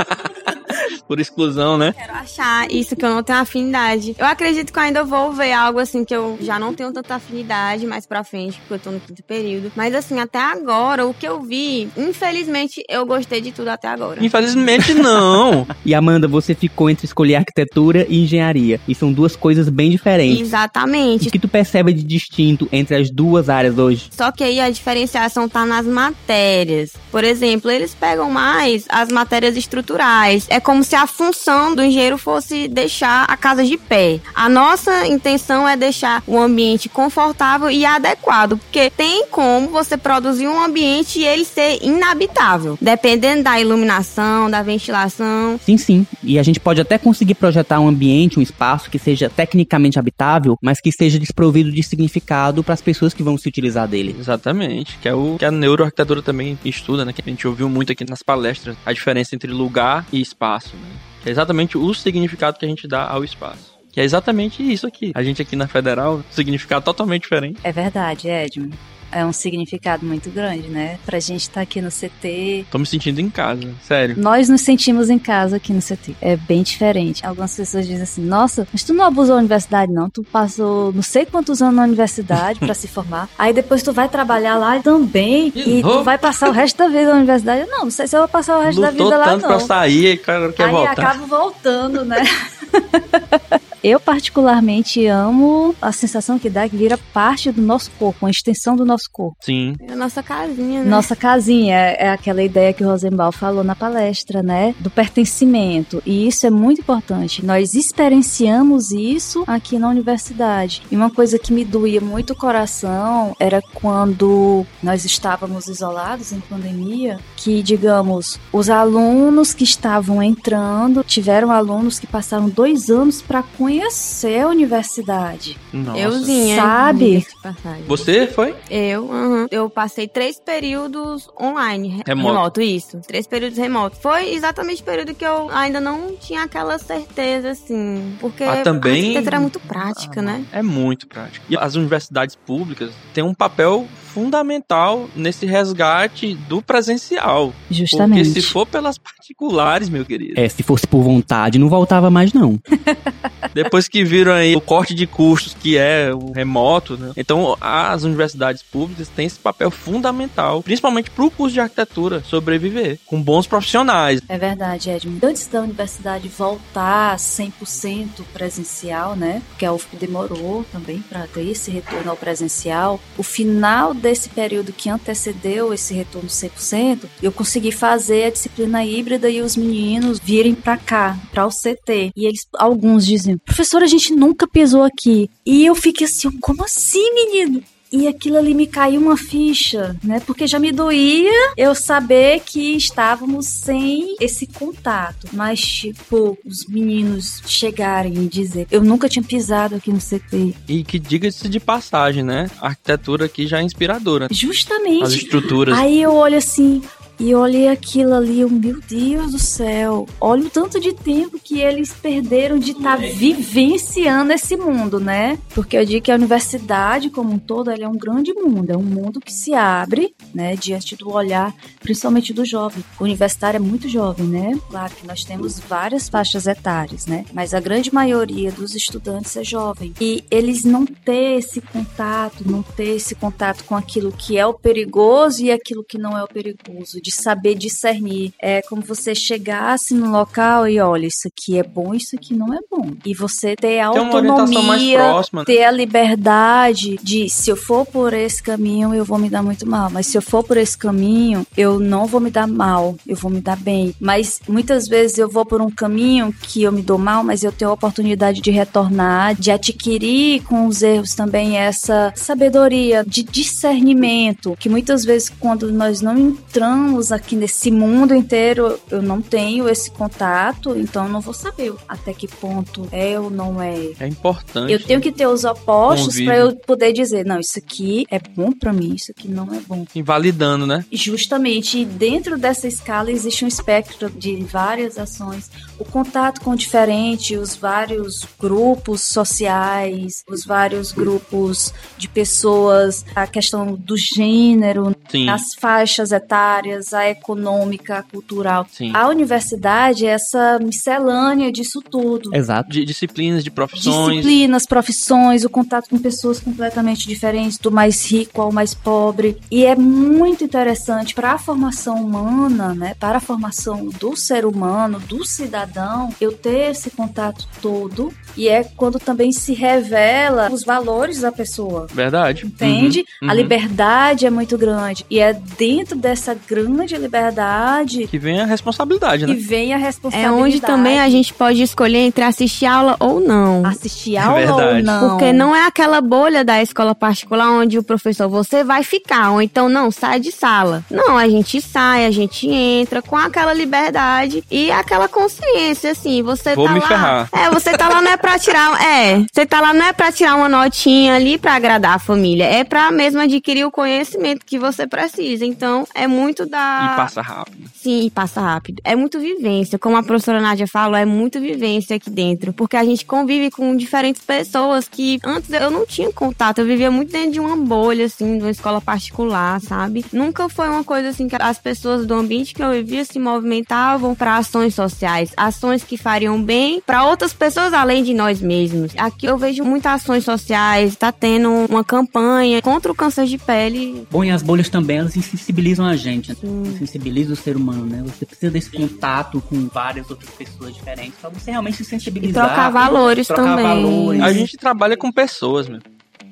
Por exclusão, né? Quero achar isso que eu não tenho afinidade. Eu acredito que eu ainda vou ver algo assim que eu já não tenho tanta afinidade mais pra frente, porque eu tô no quinto período. Mas assim, até agora, o que eu vi, infelizmente, eu gostei de tudo até agora. Infelizmente, não. E Amanda, você ficou entre escolher arquitetura e engenharia. E são duas coisas bem diferentes. Exatamente. O que tu percebe de distinto entre as duas áreas hoje? Só que aí a diferenciação tá nas matérias. Por exemplo, eles pegam mais as matérias estruturais. É como se a função do engenheiro fosse deixar a casa de pé. A nossa intenção é deixar o ambiente confortável e adequado, porque tem como você produzir um ambiente e ele ser inabitável, dependendo da iluminação, da ventilação. Sim. E a gente pode até conseguir projetar um ambiente, um espaço que seja tecnicamente habitável, mas que seja desprovido de significado para as pessoas que vão se utilizar dele. Exatamente, que é o que a neuroarquitetura também estuda, né? Que a gente ouviu muito aqui nas palestras, a diferença entre lugar e espaço, né? Que é exatamente o significado que a gente dá ao espaço. Que é exatamente isso aqui. A gente aqui na Federal, significado totalmente diferente. É verdade, Edmo. É um significado muito grande, né? Pra gente estar aqui no CT. Tô me sentindo em casa, sério. Nós nos sentimos em casa aqui no CT. É bem diferente. Algumas pessoas dizem assim, nossa, mas tu não abusou da universidade, não. Tu passou não sei quantos anos na universidade pra se formar. Aí depois tu vai trabalhar lá também e tu vai passar o resto da vida na universidade. Não sei se eu vou passar o resto da vida lá, não. Tanto pra sair e cara quer voltar. Aí acabo voltando, né? Eu particularmente amo a sensação que dá que vira parte do nosso corpo, uma extensão do nosso corpo. Sim. É a nossa casinha, né? Nossa casinha é aquela ideia que o Rosenbaum falou na palestra, né? Do pertencimento. E isso é muito importante. Nós experienciamos isso aqui na universidade. E uma coisa que me doía muito o coração era quando nós estávamos isolados em pandemia, que, digamos, os alunos que estavam entrando, tiveram alunos que passaram 2 anos para conhecer a universidade. Nossa. Euzinha. Sabe? Você foi? Eu passei 3 períodos online. Remoto, isso. 3 períodos remoto. Foi exatamente o período que eu ainda não tinha aquela certeza, assim. Porque também... a arquitetura é muito prática, né? É muito prática. E as universidades públicas têm um papel fundamental nesse resgate do presencial. Justamente. Porque se for pelas particulares, meu querido... Se fosse por vontade, não voltava mais, não. Depois que viram aí o corte de custos que é o remoto, né? Então as universidades públicas têm esse papel fundamental, principalmente para o curso de arquitetura sobreviver, com bons profissionais. É verdade, Edmund. Antes da universidade voltar 100% presencial, né? Porque a UFP demorou também para ter esse retorno ao presencial. O final desse período que antecedeu esse retorno 100%, eu consegui fazer a disciplina híbrida e os meninos virem para cá, para o CT. E eles, alguns diziam, professora, a gente nunca pisou aqui. E eu fiquei assim, como assim, menino? E aquilo ali me caiu uma ficha, né? Porque já me doía eu saber que estávamos sem esse contato. Mas, tipo, os meninos chegarem e dizer, eu nunca tinha pisado aqui no CT. E que diga-se de passagem, né? A arquitetura aqui já é inspiradora. Justamente. As estruturas. Aí eu olho assim... E eu olhei aquilo ali, meu Deus do céu, olha o tanto de tempo que eles perderam de estar vivenciando esse mundo, né? Porque eu digo que a universidade como um todo, ela é um grande mundo, é um mundo que se abre, né, diante do olhar, principalmente do jovem. O universitário é muito jovem, né? Claro que nós temos várias faixas etárias, né? Mas a grande maioria dos estudantes é jovem. E eles não ter esse contato, com aquilo que é o perigoso e aquilo que não é o perigoso, de saber discernir. É como você chegasse no local e olha, isso aqui é bom, isso aqui não é bom. E você ter a autonomia, próxima, ter a liberdade de, se eu for por esse caminho, eu vou me dar muito mal. Mas se eu for por esse caminho, eu não vou me dar mal, eu vou me dar bem. Mas muitas vezes eu vou por um caminho que eu me dou mal, mas eu tenho a oportunidade de retornar, de adquirir com os erros também essa sabedoria, de discernimento, que muitas vezes quando nós não entramos aqui nesse mundo inteiro, eu não tenho esse contato, então eu não vou saber até que ponto é ou não é. É importante. Eu tenho que ter os opostos para eu poder dizer, não, isso aqui é bom para mim, isso aqui não é bom. Invalidando, né? Justamente, e dentro dessa escala existe um espectro de várias ações. O contato com o diferente, os vários grupos sociais, os vários grupos de pessoas, a questão do gênero, sim, as faixas etárias, a econômica, a cultural. Sim. A universidade é essa miscelânea disso tudo. Exato. De disciplinas, de profissões. Disciplinas, profissões, o contato com pessoas completamente diferentes, do mais rico ao mais pobre. E é muito interessante para a formação humana, né? Para a formação do ser humano, do cidadão, eu ter esse contato todo. E é quando também se revela os valores da pessoa. Verdade. Entende? A liberdade é muito grande. E é dentro dessa grande liberdade que vem a responsabilidade, né? Que vem a responsabilidade. É onde também a gente pode escolher entre assistir aula ou não. Assistir aula ou não. Porque não é aquela bolha da escola particular onde o professor, você vai ficar, ou então não, sai de sala. Não, a gente sai, a gente entra com aquela liberdade e aquela consciência, assim, você vou tá me lá... ferrar. Você tá lá não é pra tirar... você tá lá não é pra tirar uma notinha ali pra agradar a família, é pra mesmo adquirir o conhecimento que você precisa. Então, é muito da... E passa rápido. Sim, e passa rápido. É muito vivência. Como a professora Nádia falou, é muito vivência aqui dentro. Porque a gente convive com diferentes pessoas que antes eu não tinha contato. Eu vivia muito dentro de uma bolha, assim, de uma escola particular, sabe? Nunca foi uma coisa assim que as pessoas do ambiente que eu vivia se movimentavam para ações sociais. Ações que fariam bem para outras pessoas além de nós mesmos. Aqui eu vejo muitas ações sociais. Tá tendo uma campanha contra o câncer de pele. Bom, e as bolhas também, elas sensibilizam a gente, né? Sensibilizam o ser humano, né? Você precisa desse contato com várias outras pessoas diferentes pra você realmente se sensibilizar. E trocar valores também. Valores. A gente trabalha com pessoas, meu.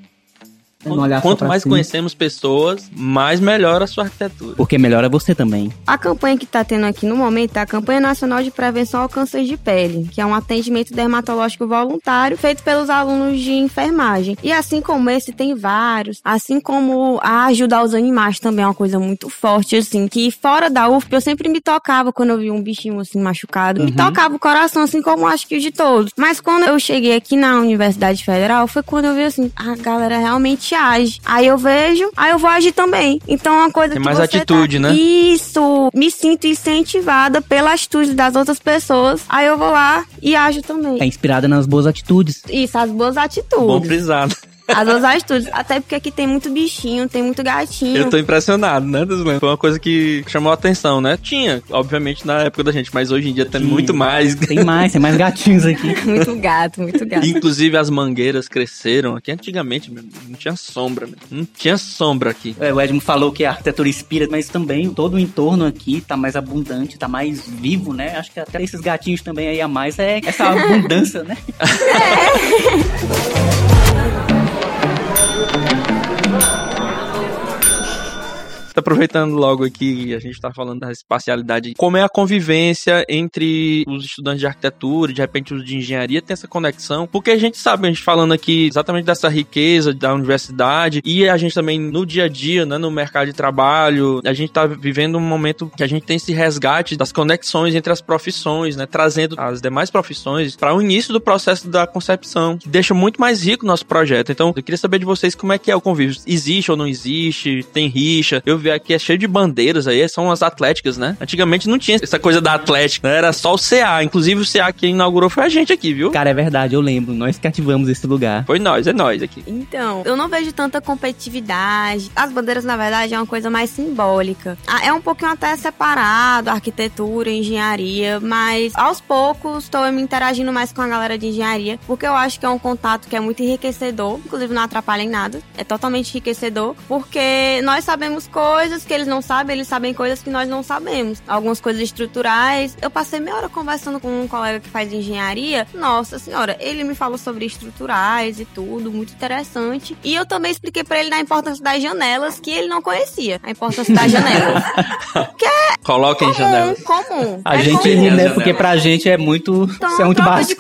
Quanto mais conhecemos pessoas, mais melhora a sua arquitetura. Porque melhora você também. A campanha que está tendo aqui no momento é a Campanha Nacional de Prevenção ao Câncer de Pele, que é um atendimento dermatológico voluntário feito pelos alunos de enfermagem. E assim como esse, tem vários. Assim como a ajuda aos animais também é uma coisa muito forte, assim, que fora da UFP eu sempre me tocava quando eu vi um bichinho assim machucado. Me tocava o coração, assim como acho que o de todos. Mas quando eu cheguei aqui na Universidade Federal, foi quando eu vi assim, a galera realmente age. Aí eu vejo, aí eu vou agir também. Então é uma coisa tem que mais você atitude, né? Isso! Me sinto incentivada pela atitude das outras pessoas. Aí eu vou lá e ajo também. É inspirada nas boas atitudes. Isso, as boas atitudes. Bom frisado. As duas atitudes. Até porque aqui tem muito bichinho, tem muito gatinho. Eu tô impressionado, né, Desleno? Foi uma coisa que chamou a atenção, né? Tinha, obviamente, na época da gente, mas hoje em dia tem muito mais. Tem mais gatinhos aqui. Muito gato, muito gato. Inclusive as mangueiras cresceram aqui antigamente, mesmo. Não tinha sombra, mesmo. Não tinha sombra aqui. O Edmo falou que a arquitetura inspira, mas também todo o entorno aqui tá mais abundante, tá mais vivo, né? Acho que até esses gatinhos também aí a mais é essa abundância, né? Aproveitando logo aqui, a gente tá falando da espacialidade, como é a convivência entre os estudantes de arquitetura e de repente os de engenharia, tem essa conexão, porque a gente sabe, a gente falando aqui exatamente dessa riqueza da universidade e a gente também no dia a dia, né, no mercado de trabalho, a gente tá vivendo um momento que a gente tem esse resgate das conexões entre as profissões, né, trazendo as demais profissões para o início do processo da concepção, que deixa muito mais rico o nosso projeto. Então, eu queria saber de vocês como é que é o convívio, existe ou não existe, tem rixa? Eu vi aqui, é cheio de bandeiras aí, são as atléticas, né? Antigamente não tinha essa coisa da atlética, né? Era só o CA. Inclusive o CA que inaugurou foi a gente aqui, viu? Cara, é verdade, eu lembro. Nós que ativamos esse lugar. Foi nós, é nós aqui. Então, eu não vejo tanta competitividade. As bandeiras, na verdade, é uma coisa mais simbólica. É um pouquinho até separado, arquitetura, engenharia, mas aos poucos estou me interagindo mais com a galera de engenharia, porque eu acho que é um contato que é muito enriquecedor, inclusive não atrapalha em nada. É totalmente enriquecedor, porque nós sabemos coisas que eles não sabem, eles sabem coisas que nós não sabemos. Algumas coisas estruturais. Eu passei meia hora conversando com um colega que faz engenharia. Nossa senhora, ele me falou sobre estruturais e tudo, muito interessante. E eu também expliquei pra ele da importância das janelas, que ele não conhecia. A importância das janelas. Que é Coloquem janelas. comum. A gente ri, né? Porque pra gente é muito, então, isso é muito básico.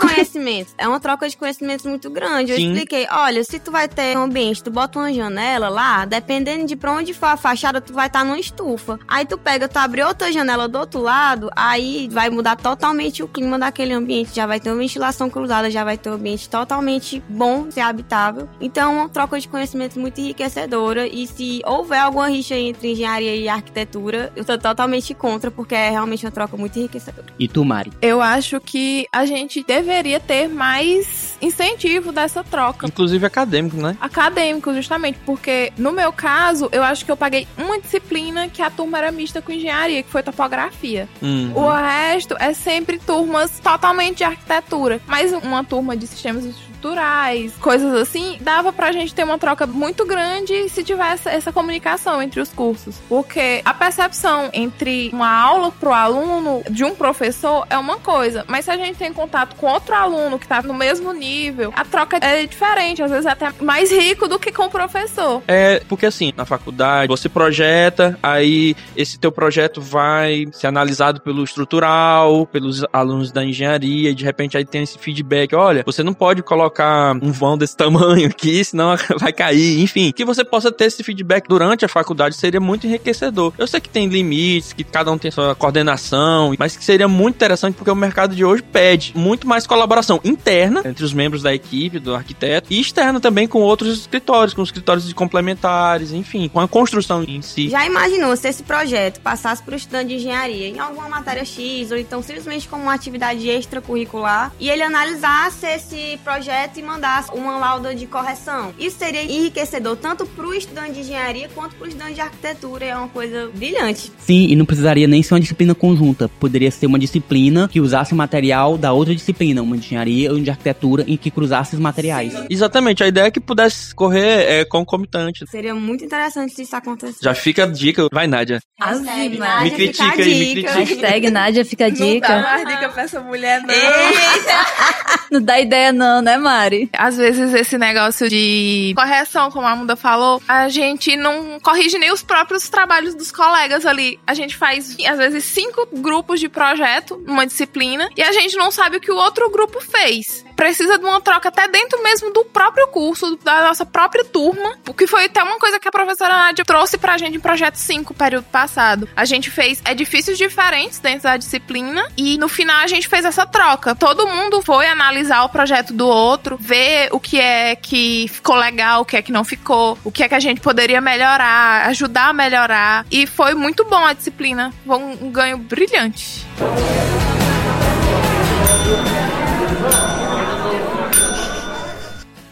É uma troca de conhecimentos muito grande. Eu expliquei, olha, se tu vai ter um ambiente, tu bota uma janela lá, dependendo de pra onde for a fachada, tu vai estar numa estufa. Aí tu pega, tu abre outra janela do outro lado, aí vai mudar totalmente o clima daquele ambiente. Já vai ter uma ventilação cruzada, já vai ter um ambiente totalmente bom, ser habitável. Então, é uma troca de conhecimento muito enriquecedora. E se houver alguma rixa entre engenharia e arquitetura, eu tô totalmente contra, porque é realmente uma troca muito enriquecedora. E tu, Mari? Eu acho que a gente deveria ter mais incentivo dessa troca. Inclusive acadêmico, né? Acadêmico, justamente, porque no meu caso, eu acho que eu paguei uma disciplina que a turma era mista com engenharia, que foi topografia. O resto é sempre turmas totalmente de arquitetura. Mas uma turma de sistemas estruturais, coisas assim, dava pra gente ter uma troca muito grande se tivesse essa comunicação entre os cursos. Porque a percepção entre uma aula pro aluno de um professor é uma coisa, mas se a gente tem contato com outro aluno que tá no mesmo nível, a troca é diferente, às vezes até mais rico do que com o professor. É, porque assim, na faculdade, você projeta, aí esse teu projeto vai ser analisado pelo estrutural, pelos alunos da engenharia, e de repente aí tem esse feedback, olha, você não pode colocar um vão desse tamanho aqui, senão vai cair, enfim, que você possa ter esse feedback durante a faculdade seria muito enriquecedor. Eu sei que tem limites, que cada um tem sua coordenação, mas que seria muito interessante porque o mercado de hoje pede muito mais colaboração interna entre os membros da equipe, do arquiteto, e externa também com outros escritórios, com os escritórios de complementares, enfim, com a construção em si. Já imaginou se esse projeto passasse para o estudante de engenharia em alguma matéria X, ou então simplesmente como uma atividade extracurricular, e ele analisasse esse projeto e mandasse uma lauda de correção? Isso seria enriquecedor tanto para o estudante de engenharia quanto para o estudante de arquitetura. É uma coisa brilhante. Sim, e não precisaria nem ser uma disciplina conjunta. Poderia ser uma disciplina que usasse o material da outra disciplina, uma de engenharia ou de arquitetura, em que cruzasse os materiais. Sim. Exatamente, a ideia é que pudesse correr concomitante. Seria muito interessante se isso acontecer. Já fica a dica, vai, Nádia. Hashtag Me critica aí, me critica. Hashtag Nádia fica a dica. Não dá mais dica pra essa mulher, não. Não dá ideia não, né, Mari? Às vezes esse negócio de correção, como a Amanda falou, a gente não corrige nem os próprios trabalhos dos colegas ali. A gente faz, às vezes, 5 grupos de projeto numa disciplina e a gente não sabe o que o outro grupo fez. Precisa de uma troca até dentro mesmo do próprio curso, da nossa própria turma, o que foi até uma coisa que a professora Nádia trouxe pra gente em Projeto 5, período passado. A gente fez edifícios diferentes dentro da disciplina e no final a gente fez essa troca. Todo mundo foi analisar o projeto do outro, ver o que é que ficou legal, o que é que não ficou, o que é que a gente poderia melhorar, ajudar a melhorar. E foi muito bom a disciplina, foi um ganho brilhante.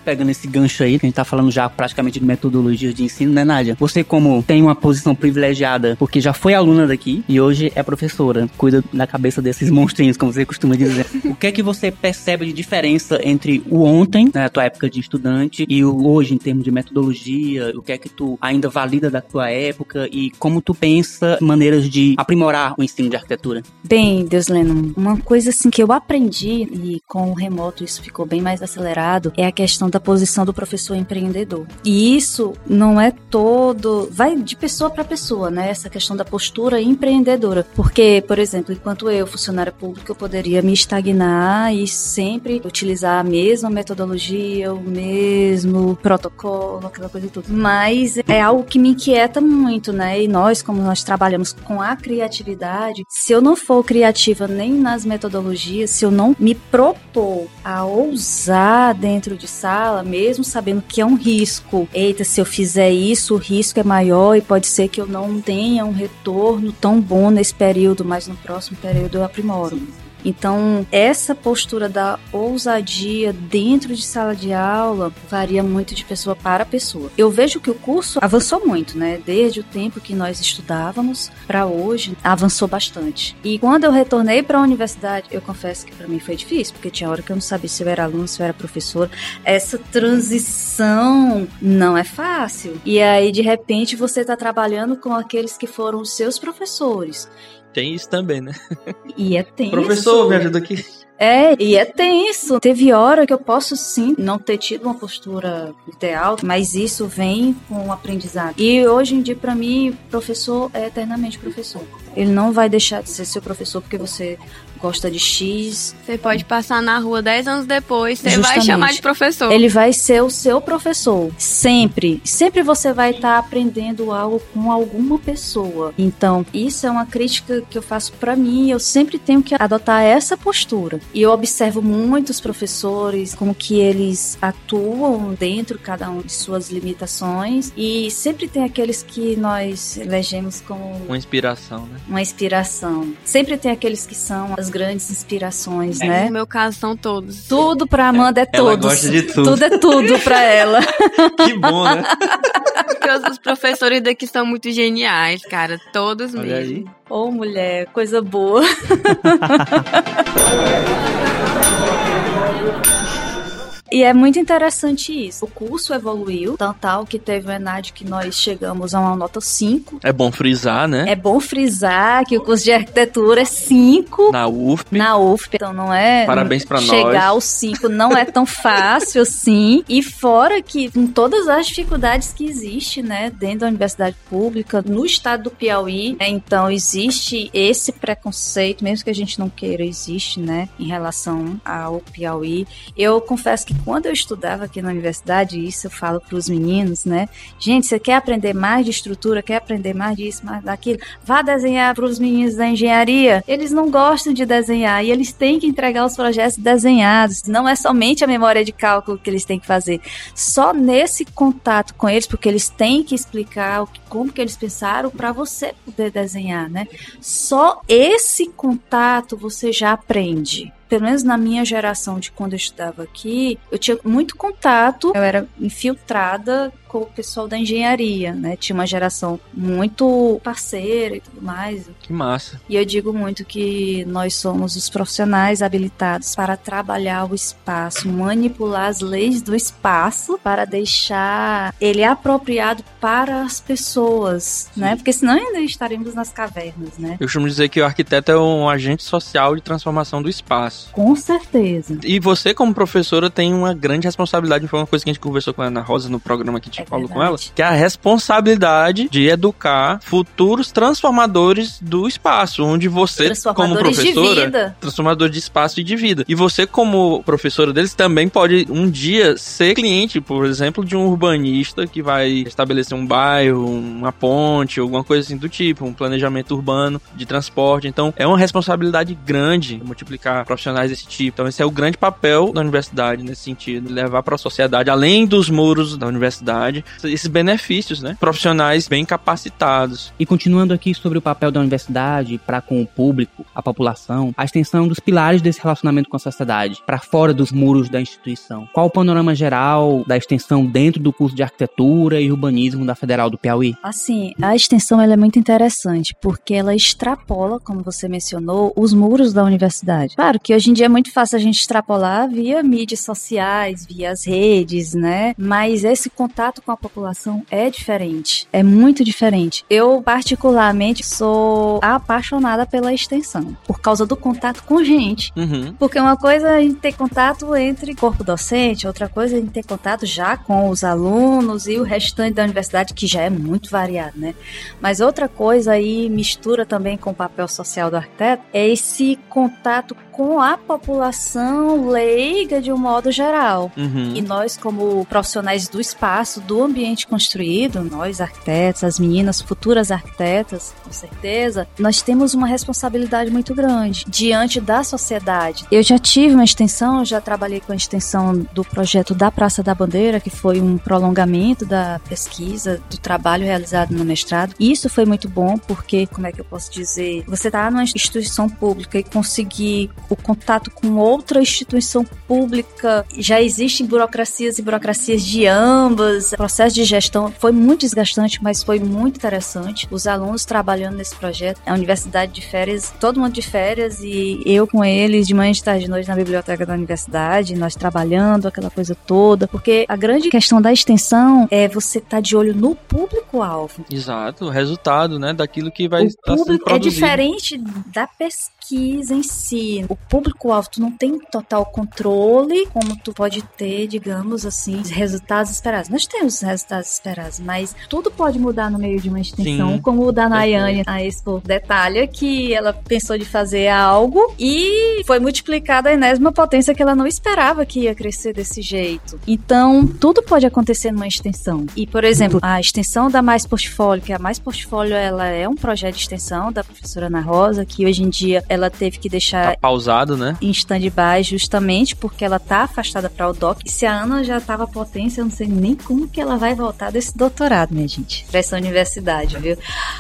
pegando esse gancho aí, que a gente tá falando já praticamente de metodologia de ensino, né, Nádia? Você, como tem uma posição privilegiada, porque já foi aluna daqui e hoje é professora, cuida da cabeça desses monstrinhos, como você costuma dizer. O que é que você percebe de diferença entre o ontem, na tua época de estudante, e o hoje, em termos de metodologia? O que é que tu ainda valida da tua época e como tu pensa maneiras de aprimorar o ensino de arquitetura? Bem, Deusleno, uma coisa assim que eu aprendi, e com o remoto isso ficou bem mais acelerado, é a questão da posição do professor empreendedor. E isso não é todo... vai de pessoa para pessoa, né? Essa questão da postura empreendedora. Porque, por exemplo, enquanto eu, funcionária pública, eu poderia me estagnar e sempre utilizar a mesma metodologia, o mesmo protocolo, aquela coisa e tudo. Mas é algo que me inquieta muito, né? E nós, como nós trabalhamos com a criatividade, se eu não for criativa nem nas metodologias, se eu não me propor a ousar dentro de sala, mesmo sabendo que é um risco, eita, se eu fizer isso, o risco é maior e pode ser que eu não tenha um retorno tão bom nesse período, mas no próximo período eu aprimoro. Então, essa postura da ousadia dentro de sala de aula varia muito de pessoa para pessoa. Eu vejo que o curso avançou muito, né? Desde o tempo que nós estudávamos para hoje, avançou bastante. E quando eu retornei para a universidade, eu confesso que para mim foi difícil, porque tinha hora que eu não sabia se eu era aluno, se eu era professora. Essa transição não é fácil. E aí, de repente, você está trabalhando com aqueles que foram os seus professores. Tem isso também, né? E é tenso. Professor, me ajuda aqui. E é tenso. Teve hora que eu posso, sim, não ter tido uma postura ideal, mas isso vem com o aprendizado. E hoje em dia, pra mim, professor é eternamente professor. Ele não vai deixar de ser seu professor porque você gosta de X. Você pode passar na rua 10 anos depois, você vai chamar de professor. Ele vai ser o seu professor. Sempre. Sempre você vai estar aprendendo algo com alguma pessoa. Então, isso é uma crítica que eu faço pra mim. Eu sempre tenho que adotar essa postura. E eu observo muitos professores, como que eles atuam dentro, cada um de suas limitações. E sempre tem aqueles que nós elegemos como... uma inspiração, né? Uma inspiração. Sempre tem aqueles que são as grandes inspirações, né? No meu caso, são todos. Tudo pra Amanda é todos. Ela gosta de tudo. Tudo é tudo pra ela. Que bom, né? Porque os professores daqui são muito geniais, cara. Todos Olha mesmo. aí. Ô, mulher, coisa boa. E é muito interessante isso. O curso evoluiu, tal que teve o ENAD que nós chegamos a uma nota 5. É bom frisar, né? É bom frisar que o curso de arquitetura é 5. Na UFP. Na UFP. Então não é... Parabéns pra chegar nós. aos 5 não é tão fácil assim. E fora que, com todas as dificuldades que existem, né, dentro da universidade pública, no estado do Piauí, né, então existe esse preconceito, mesmo que a gente não queira, existe, né, em relação ao Piauí. Eu confesso que quando eu estudava aqui na universidade, isso eu falo para os meninos, né? Gente, você quer aprender mais de estrutura, quer aprender mais disso, mais daquilo? Vá desenhar para os meninos da engenharia. Eles não gostam de desenhar e eles têm que entregar os projetos desenhados. Não é somente a memória de cálculo que eles têm que fazer. Só nesse contato com eles, porque eles têm que explicar como que eles pensaram para você poder desenhar, né? Só esse contato você já aprende. Pelo menos na minha geração de quando eu estudava aqui, eu tinha muito contato, eu era infiltrada com o pessoal da engenharia, né? Tinha uma geração muito parceira e tudo mais. Que massa. E eu digo muito que nós somos os profissionais habilitados para trabalhar o espaço, manipular as leis do espaço para deixar ele apropriado para as pessoas, né? Porque senão ainda estaremos nas cavernas, né? Eu costumo dizer que o arquiteto é um agente social de transformação do espaço. Com certeza. E você, como professora, tem uma grande responsabilidade. Foi uma coisa que a gente conversou com a Ana Rosa no programa que a gente falou com ela, que é a responsabilidade de educar futuros transformadores do espaço, onde você, como professora, transformador de espaço e de vida. E você, como professora deles, também pode um dia ser cliente, por exemplo, de um urbanista que vai estabelecer um bairro, uma ponte, alguma coisa assim do tipo, um planejamento urbano de transporte. Então, é uma responsabilidade grande multiplicar profissionais desse tipo. Então, esse é o grande papel da universidade nesse sentido, levar para a sociedade, além dos muros da universidade, universidade esses benefícios, né? Profissionais bem capacitados. E continuando aqui sobre o papel da universidade para com o público, a população, a extensão dos pilares desse relacionamento com a sociedade, para fora dos muros da instituição. Qual o panorama geral da extensão dentro do curso de arquitetura e urbanismo da Federal do Piauí? Assim, a extensão ela é muito interessante, porque ela extrapola, como você mencionou, os muros da universidade. Claro que hoje em dia é muito fácil a gente extrapolar via mídias sociais, via as redes, né? Mas esse contato com a população é diferente, é muito diferente. Eu, particularmente, sou apaixonada pela extensão, por causa do contato com gente. Porque uma coisa é a gente ter contato entre corpo docente, outra coisa é a gente ter contato já com os alunos e o restante da universidade, que já é muito variado, né? Mas outra coisa aí, mistura também com o papel social do arquiteto, é esse contato com a população leiga de um modo geral. E nós, como profissionais do espaço, do ambiente construído, nós arquitetos, as meninas, futuras arquitetas, com certeza, nós temos uma responsabilidade muito grande diante da sociedade. Eu já tive uma extensão, já trabalhei com a extensão do projeto da Praça da Bandeira, que foi um prolongamento da pesquisa, do trabalho realizado no mestrado. E isso foi muito bom porque, como é que eu posso dizer, você está numa instituição pública e conseguir o contato com outra instituição pública, já existem burocracias e burocracias de ambas, o processo de gestão foi muito desgastante, mas foi muito interessante, os alunos trabalhando nesse projeto, a universidade de férias, todo mundo de férias e eu com eles de manhã, de tarde, de noite na biblioteca da universidade, nós trabalhando, aquela coisa toda, porque a grande questão da extensão é você estar de olho no público-alvo. Exato, o resultado, né, daquilo que vai estar sendo produzido. É diferente da pesquisa em si. O público-alvo, tu não tem total controle, como tu pode ter, digamos assim, resultados esperados. Nós temos resultados esperados, mas tudo pode mudar no meio de uma extensão, sim, como o da Nayane, a Expo detalha que ela pensou de fazer algo e foi multiplicada a enésima potência que ela não esperava que ia crescer desse jeito. Então, tudo pode acontecer numa extensão. E, por exemplo, a extensão da Mais Portfólio, que a Mais Portfólio, ela é um projeto de extensão da professora Ana Rosa, que hoje em dia ela teve que deixar pausado, né? Em stand-by justamente porque ela tá afastada para o DOC. E se a Ana já tava potência, eu não sei nem como que ela vai voltar desse doutorado, minha gente, pra essa universidade, viu?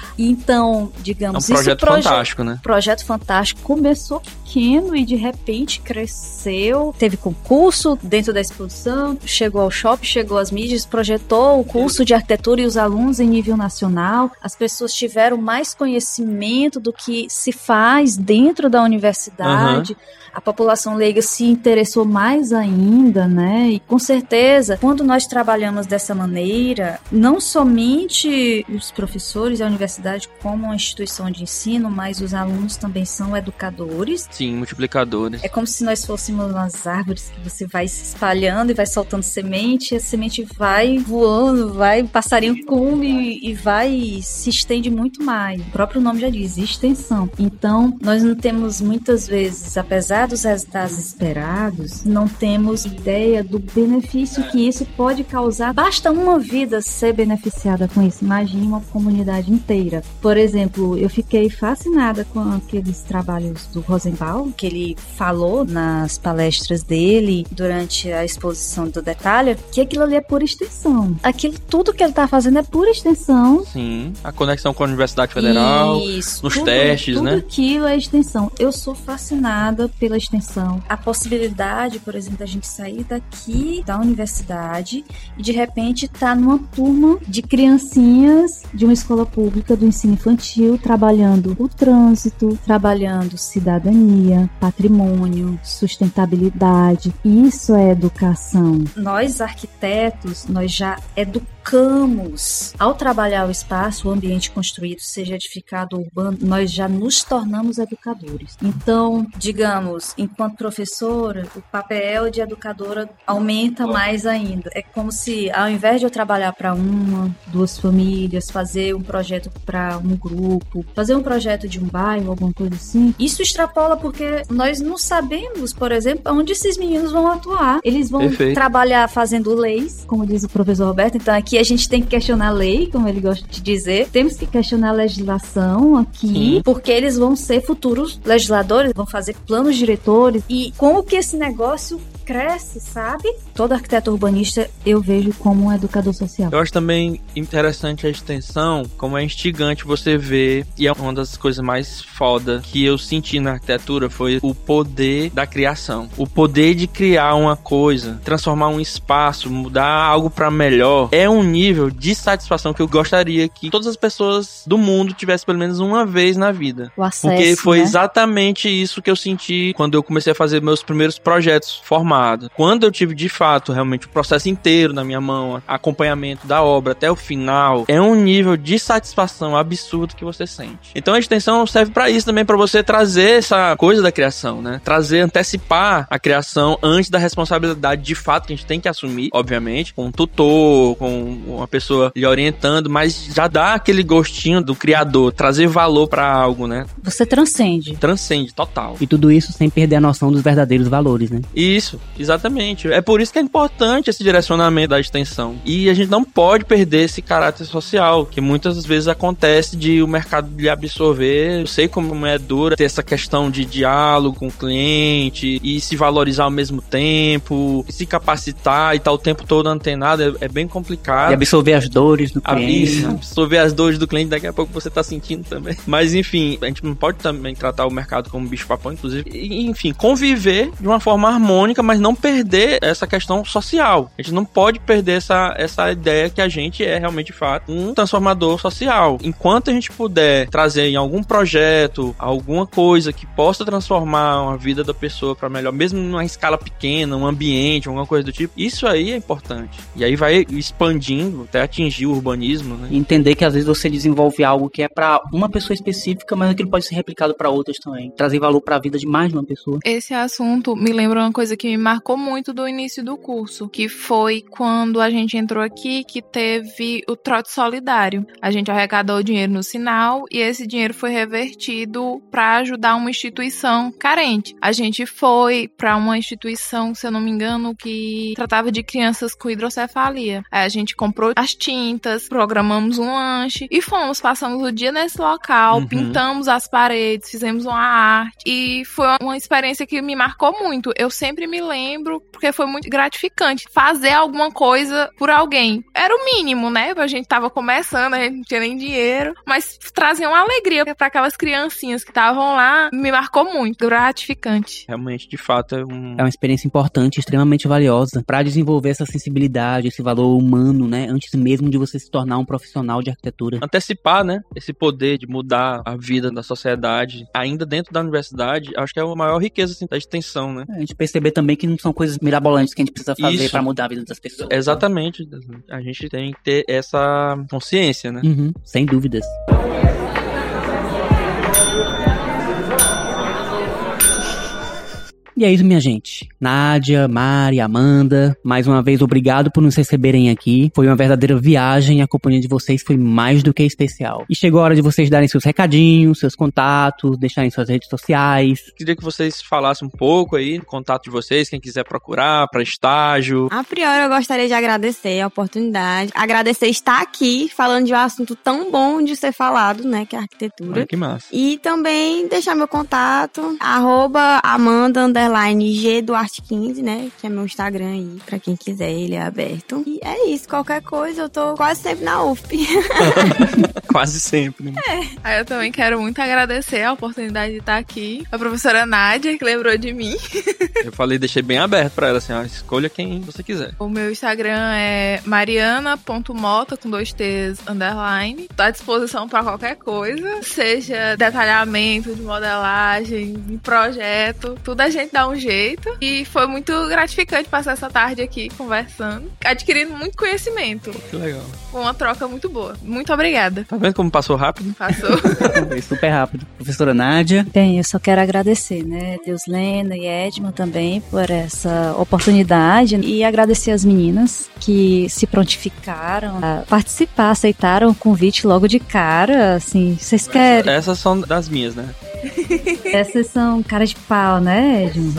Então, digamos... É um projeto fantástico, né? Projeto fantástico. Começou pequeno e de repente cresceu. Teve concurso dentro da exposição, chegou ao shopping, chegou às mídias, projetou o curso de arquitetura e os alunos em nível nacional. As pessoas tiveram mais conhecimento do que se faz dentro da universidade. A população leiga se interessou mais ainda, né? E com certeza, quando nós trabalhamos dessa maneira, não somente os professores e a universidade como uma instituição de ensino, mas os alunos também são educadores. Sim, multiplicadores. É como se nós fôssemos umas árvores que você vai se espalhando e vai soltando semente, e a semente vai voando, vai, o passarinho come e vai, se estende muito mais. O próprio nome já diz, extensão. Então, nós não temos muitas vezes, apesar dos resultados esperados, não temos ideia do benefício que isso pode causar. Basta uma vida ser beneficiada com isso. Imagine uma comunidade inteira. Por exemplo, eu fiquei fascinada com aqueles trabalhos do Rosenbaum, que ele falou nas palestras dele durante a exposição do Detalhe, que aquilo ali é pura extensão. Aquilo, tudo que ele tá fazendo é pura extensão. Sim, a conexão com a Universidade Federal, isso, nos testes, tudo né? Tudo aquilo é extensão. Eu sou fascinada pela extensão. A possibilidade, por exemplo, da gente sair daqui da universidade e de repente estar numa turma de criancinhas de uma escola pública do ensino infantil trabalhando o trânsito, trabalhando cidadania, patrimônio, sustentabilidade. Isso é educação. Nós, arquitetos, nós já educamos. Ao trabalhar o espaço, o ambiente construído, seja edificado ou urbano, nós já nos tornamos educadores. Então, digamos, enquanto professora, o papel de educadora aumenta mais ainda. É como se, ao invés de eu trabalhar para uma, duas famílias, fazer um projeto para um grupo, fazer um projeto de um bairro, alguma coisa assim, isso extrapola porque nós não sabemos, por exemplo, onde esses meninos vão atuar. Eles vão trabalhar fazendo leis, como diz o professor Roberto. Então, aqui a gente tem que questionar a lei, como ele gosta de dizer. Temos que questionar a legislação aqui, porque eles vão ser futuros legisladores, vão fazer planos diretores. E como que esse negócio cresce, sabe? Todo arquiteto urbanista eu vejo como um educador social. Eu acho também interessante a extensão, como é instigante você ver, e é uma das coisas mais foda que eu senti na arquitetura, foi o poder da criação. O poder de criar uma coisa, transformar um espaço, mudar algo pra melhor, é um nível de satisfação que eu gostaria que todas as pessoas do mundo tivessem pelo menos uma vez na vida. O acesso, porque foi né? exatamente isso que eu senti quando eu comecei a fazer meus primeiros projetos formados. Quando eu tive, de fato, realmente o processo inteiro na minha mão, acompanhamento da obra até o final, é um nível de satisfação absurdo que você sente. Então a extensão serve pra isso também, pra você trazer essa coisa da criação, né? Trazer, antecipar a criação antes da responsabilidade de fato que a gente tem que assumir, obviamente, com um tutor, com uma pessoa lhe orientando, mas já dá aquele gostinho do criador, trazer valor pra algo, né? Você transcende. Transcende, total. E tudo isso sem perder a noção dos verdadeiros valores, né? Isso, exatamente. É por isso que é importante esse direcionamento da extensão. E a gente não pode perder esse caráter social, que muitas vezes acontece de o mercado lhe absorver. Eu sei como é dura ter essa questão de diálogo com o cliente e se valorizar ao mesmo tempo, e se capacitar e estar o tempo todo antenado, é bem complicado. E absorver as dores do cliente. Absorver as dores do cliente, daqui a pouco você tá sentindo também. Mas enfim, a gente não pode também tratar o mercado como bicho-papão, inclusive. E, enfim, conviver de uma forma harmônica, mas não perder essa questão social. A gente não pode perder essa ideia que a gente é realmente, de fato, um transformador social. Enquanto a gente puder trazer em algum projeto, alguma coisa que possa transformar a vida da pessoa para melhor, mesmo numa escala pequena, um ambiente, alguma coisa do tipo, isso aí é importante. E aí vai expandindo até atingir o urbanismo, né? E entender que às vezes você desenvolve algo que é para uma pessoa específica, mas aquilo pode ser replicado para outras também. Trazer valor para a vida de mais de uma pessoa. Esse assunto me lembra uma coisa que me marcou muito do início do curso, que foi quando a gente entrou aqui, que teve o trote solidário. A gente arrecadou dinheiro no sinal e esse dinheiro foi revertido para ajudar uma instituição carente. A gente foi para uma instituição, se eu não me engano, que tratava de crianças com hidrocefalia. Aí a gente comprou as tintas, programamos um lanche e fomos, passamos o dia nesse local, pintamos as paredes, fizemos uma arte e foi uma experiência que me marcou muito. Eu sempre me lembro porque foi muito gratificante fazer alguma coisa por alguém. Era o mínimo, né? A gente tava começando, a gente não tinha nem dinheiro, mas trazer uma alegria para aquelas criancinhas que estavam lá, me marcou muito, gratificante. Realmente, de fato, É uma experiência importante, extremamente valiosa para desenvolver essa sensibilidade, esse valor humano, né? Antes mesmo de você se tornar um profissional de arquitetura. antecipar, né, esse poder de mudar a vida da sociedade, ainda dentro da universidade, acho que é a maior riqueza assim, da extensão, né? A gente perceber também que não são coisas mirabolantes que a gente precisa fazer Isso. para mudar a vida das pessoas. Exatamente. A gente tem que ter essa consciência, né? Uhum, sem dúvidas. E é isso, minha gente. Nádia, Mari, Amanda, mais uma vez, obrigado por nos receberem aqui. Foi uma verdadeira viagem e a companhia de vocês foi mais do que especial. E chegou a hora de vocês darem seus recadinhos, seus contatos, deixarem suas redes sociais. Queria que vocês falassem um pouco aí, o contato de vocês, quem quiser procurar para estágio. A priori, eu gostaria de agradecer a oportunidade, agradecer estar aqui falando de um assunto tão bom de ser falado, né, que é a arquitetura. Olha que massa. E também deixar meu contato, @Amanda_G Duarte 15, né? Que é meu Instagram aí, pra quem quiser, ele é aberto. E é isso, qualquer coisa, eu tô quase sempre na UFP. Quase sempre. Né? Aí eu também quero muito agradecer a oportunidade de estar aqui. A professora Nádia, que lembrou de mim. Eu falei, deixei bem aberto pra ela, assim, ó, escolha quem você quiser. O meu Instagram é mariana.mota, com 2 T's, _. Tô à disposição pra qualquer coisa, seja detalhamento de modelagem, de projeto, tudo a gente dá um jeito. E foi muito gratificante passar essa tarde aqui conversando, adquirindo muito conhecimento. Que legal. Foi uma troca muito boa. Muito obrigada. Tá vendo como passou rápido? Passou. Foi super rápido. Professora Nádia. Bem, eu só quero agradecer, né, Deus Lena e Edma também por essa oportunidade e agradecer as meninas que se prontificaram a participar, aceitaram o convite logo de cara, assim, vocês querem? Essas são das minhas, né? Essas são cara de pau, né, Edmo?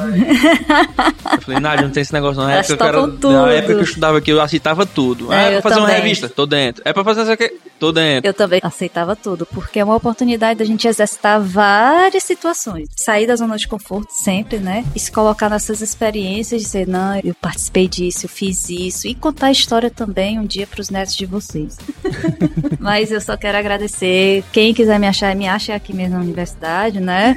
Eu falei, Nádia, não tem esse negócio não. Na época, tudo. Na época que eu estudava aqui, eu aceitava tudo. É pra fazer também. uma revista? Tô dentro. É pra fazer isso aqui? Tô dentro. Eu também aceitava tudo, porque é uma oportunidade da gente exercitar várias situações. Sair da zona de conforto sempre, né? E se colocar nessas experiências, dizer, não, eu participei disso, eu fiz isso. E contar a história também um dia pros netos de vocês. Mas eu só quero agradecer. Quem quiser me achar, me acha aqui mesmo na universidade, né?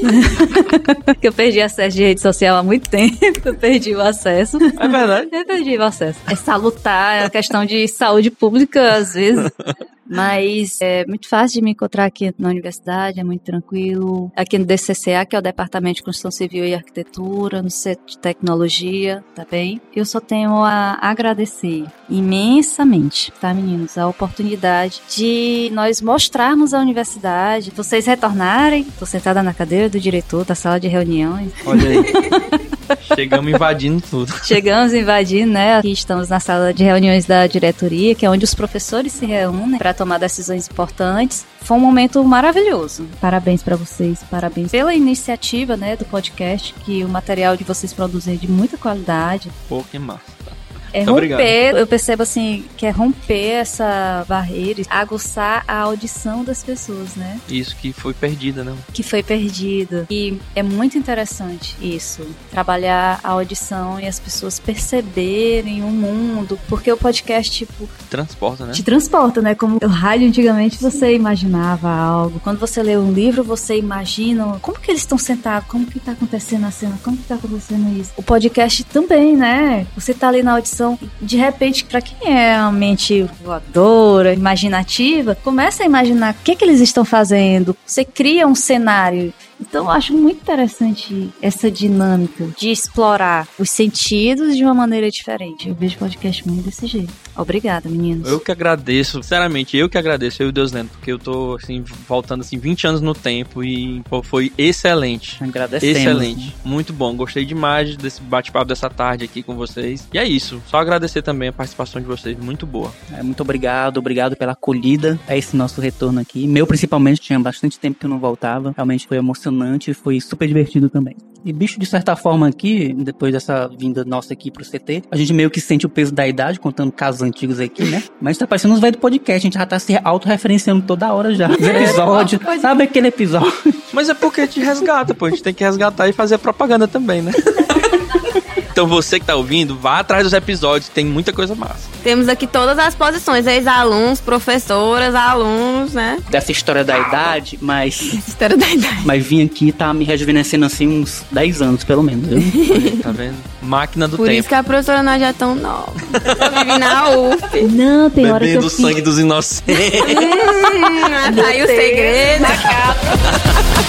Que eu perdi acesso de rede social há muito tempo. Eu perdi o acesso. É verdade. Eu perdi o acesso. É salutar, é uma questão de saúde pública, às vezes. Mas é muito fácil de me encontrar aqui na universidade, é muito tranquilo. Aqui no DCCA, que é o Departamento de Construção Civil e Arquitetura, no Centro de Tecnologia, tá bem? Eu só tenho a agradecer imensamente, tá, meninos? A oportunidade de nós mostrarmos a universidade, vocês retornarem. Tô sentada na cadeira do diretor da sala de reuniões. Olha aí. Chegamos invadindo tudo. Chegamos invadindo, né? Aqui estamos na sala de reuniões da diretoria, que é onde os professores se reúnem para tomar decisões importantes. Foi um momento maravilhoso. Parabéns para vocês, parabéns pela iniciativa, né, do podcast, que o material de vocês produzem é de muita qualidade. Pô, que massa. É muito romper, obrigado. Eu percebo assim, que é romper essa barreira, aguçar a audição das pessoas, né? Isso que foi perdida, né? Que foi perdida. E é muito interessante isso, trabalhar a audição e as pessoas perceberem o mundo, porque o podcast, tipo... Transporta, né? Te transporta, né? Como o rádio antigamente você imaginava algo. Quando você lê um livro, você imagina como que eles estão sentados, como que tá acontecendo a cena, como que tá acontecendo isso. O podcast também, né? Você tá ali na audição, de repente, pra quem é uma mente voadora, imaginativa, começa a imaginar o que eles estão fazendo. Você cria um cenário. Então eu acho muito interessante essa dinâmica de explorar os sentidos de uma maneira diferente. Eu vejo podcast muito desse jeito. Obrigada, meninos. Eu que agradeço, sinceramente, eu e o Deus Lendo, porque eu tô, assim, voltando, assim, 20 anos no tempo e, pô, foi excelente. Agradecemos. Excelente. Muito bom. Gostei demais desse bate-papo dessa tarde aqui com vocês. E é isso. Só agradecer também a participação de vocês. Muito boa. Muito obrigado pela acolhida a esse nosso retorno aqui. Meu, principalmente, tinha bastante tempo que eu não voltava. Realmente foi emocionante e foi super divertido também. E, bicho, de certa forma aqui, depois dessa vinda nossa aqui pro CT, a gente meio que sente o peso da idade, contando casos antigos aqui, né? Mas tá parecendo uns velhos do podcast, a gente já tá se autorreferenciando toda hora já. Os episódios, sabe aquele episódio? Mas é porque a gente resgata, pô. A gente tem que resgatar e fazer propaganda também, né? Então você que tá ouvindo, vá atrás dos episódios, tem muita coisa massa. Temos aqui todas as posições, ex-alunos, professoras, alunos, né? Dessa história da idade, mas História da idade. vim aqui tá me rejuvenescendo assim uns 10 anos, pelo menos, viu? Tá vendo? Máquina do Por tempo. isso que a professora Nádia é tão nova. Eu vivi na UF. Não, tem hora que eu Bebendo o sangue dos inocentes. Tá aí o segredo.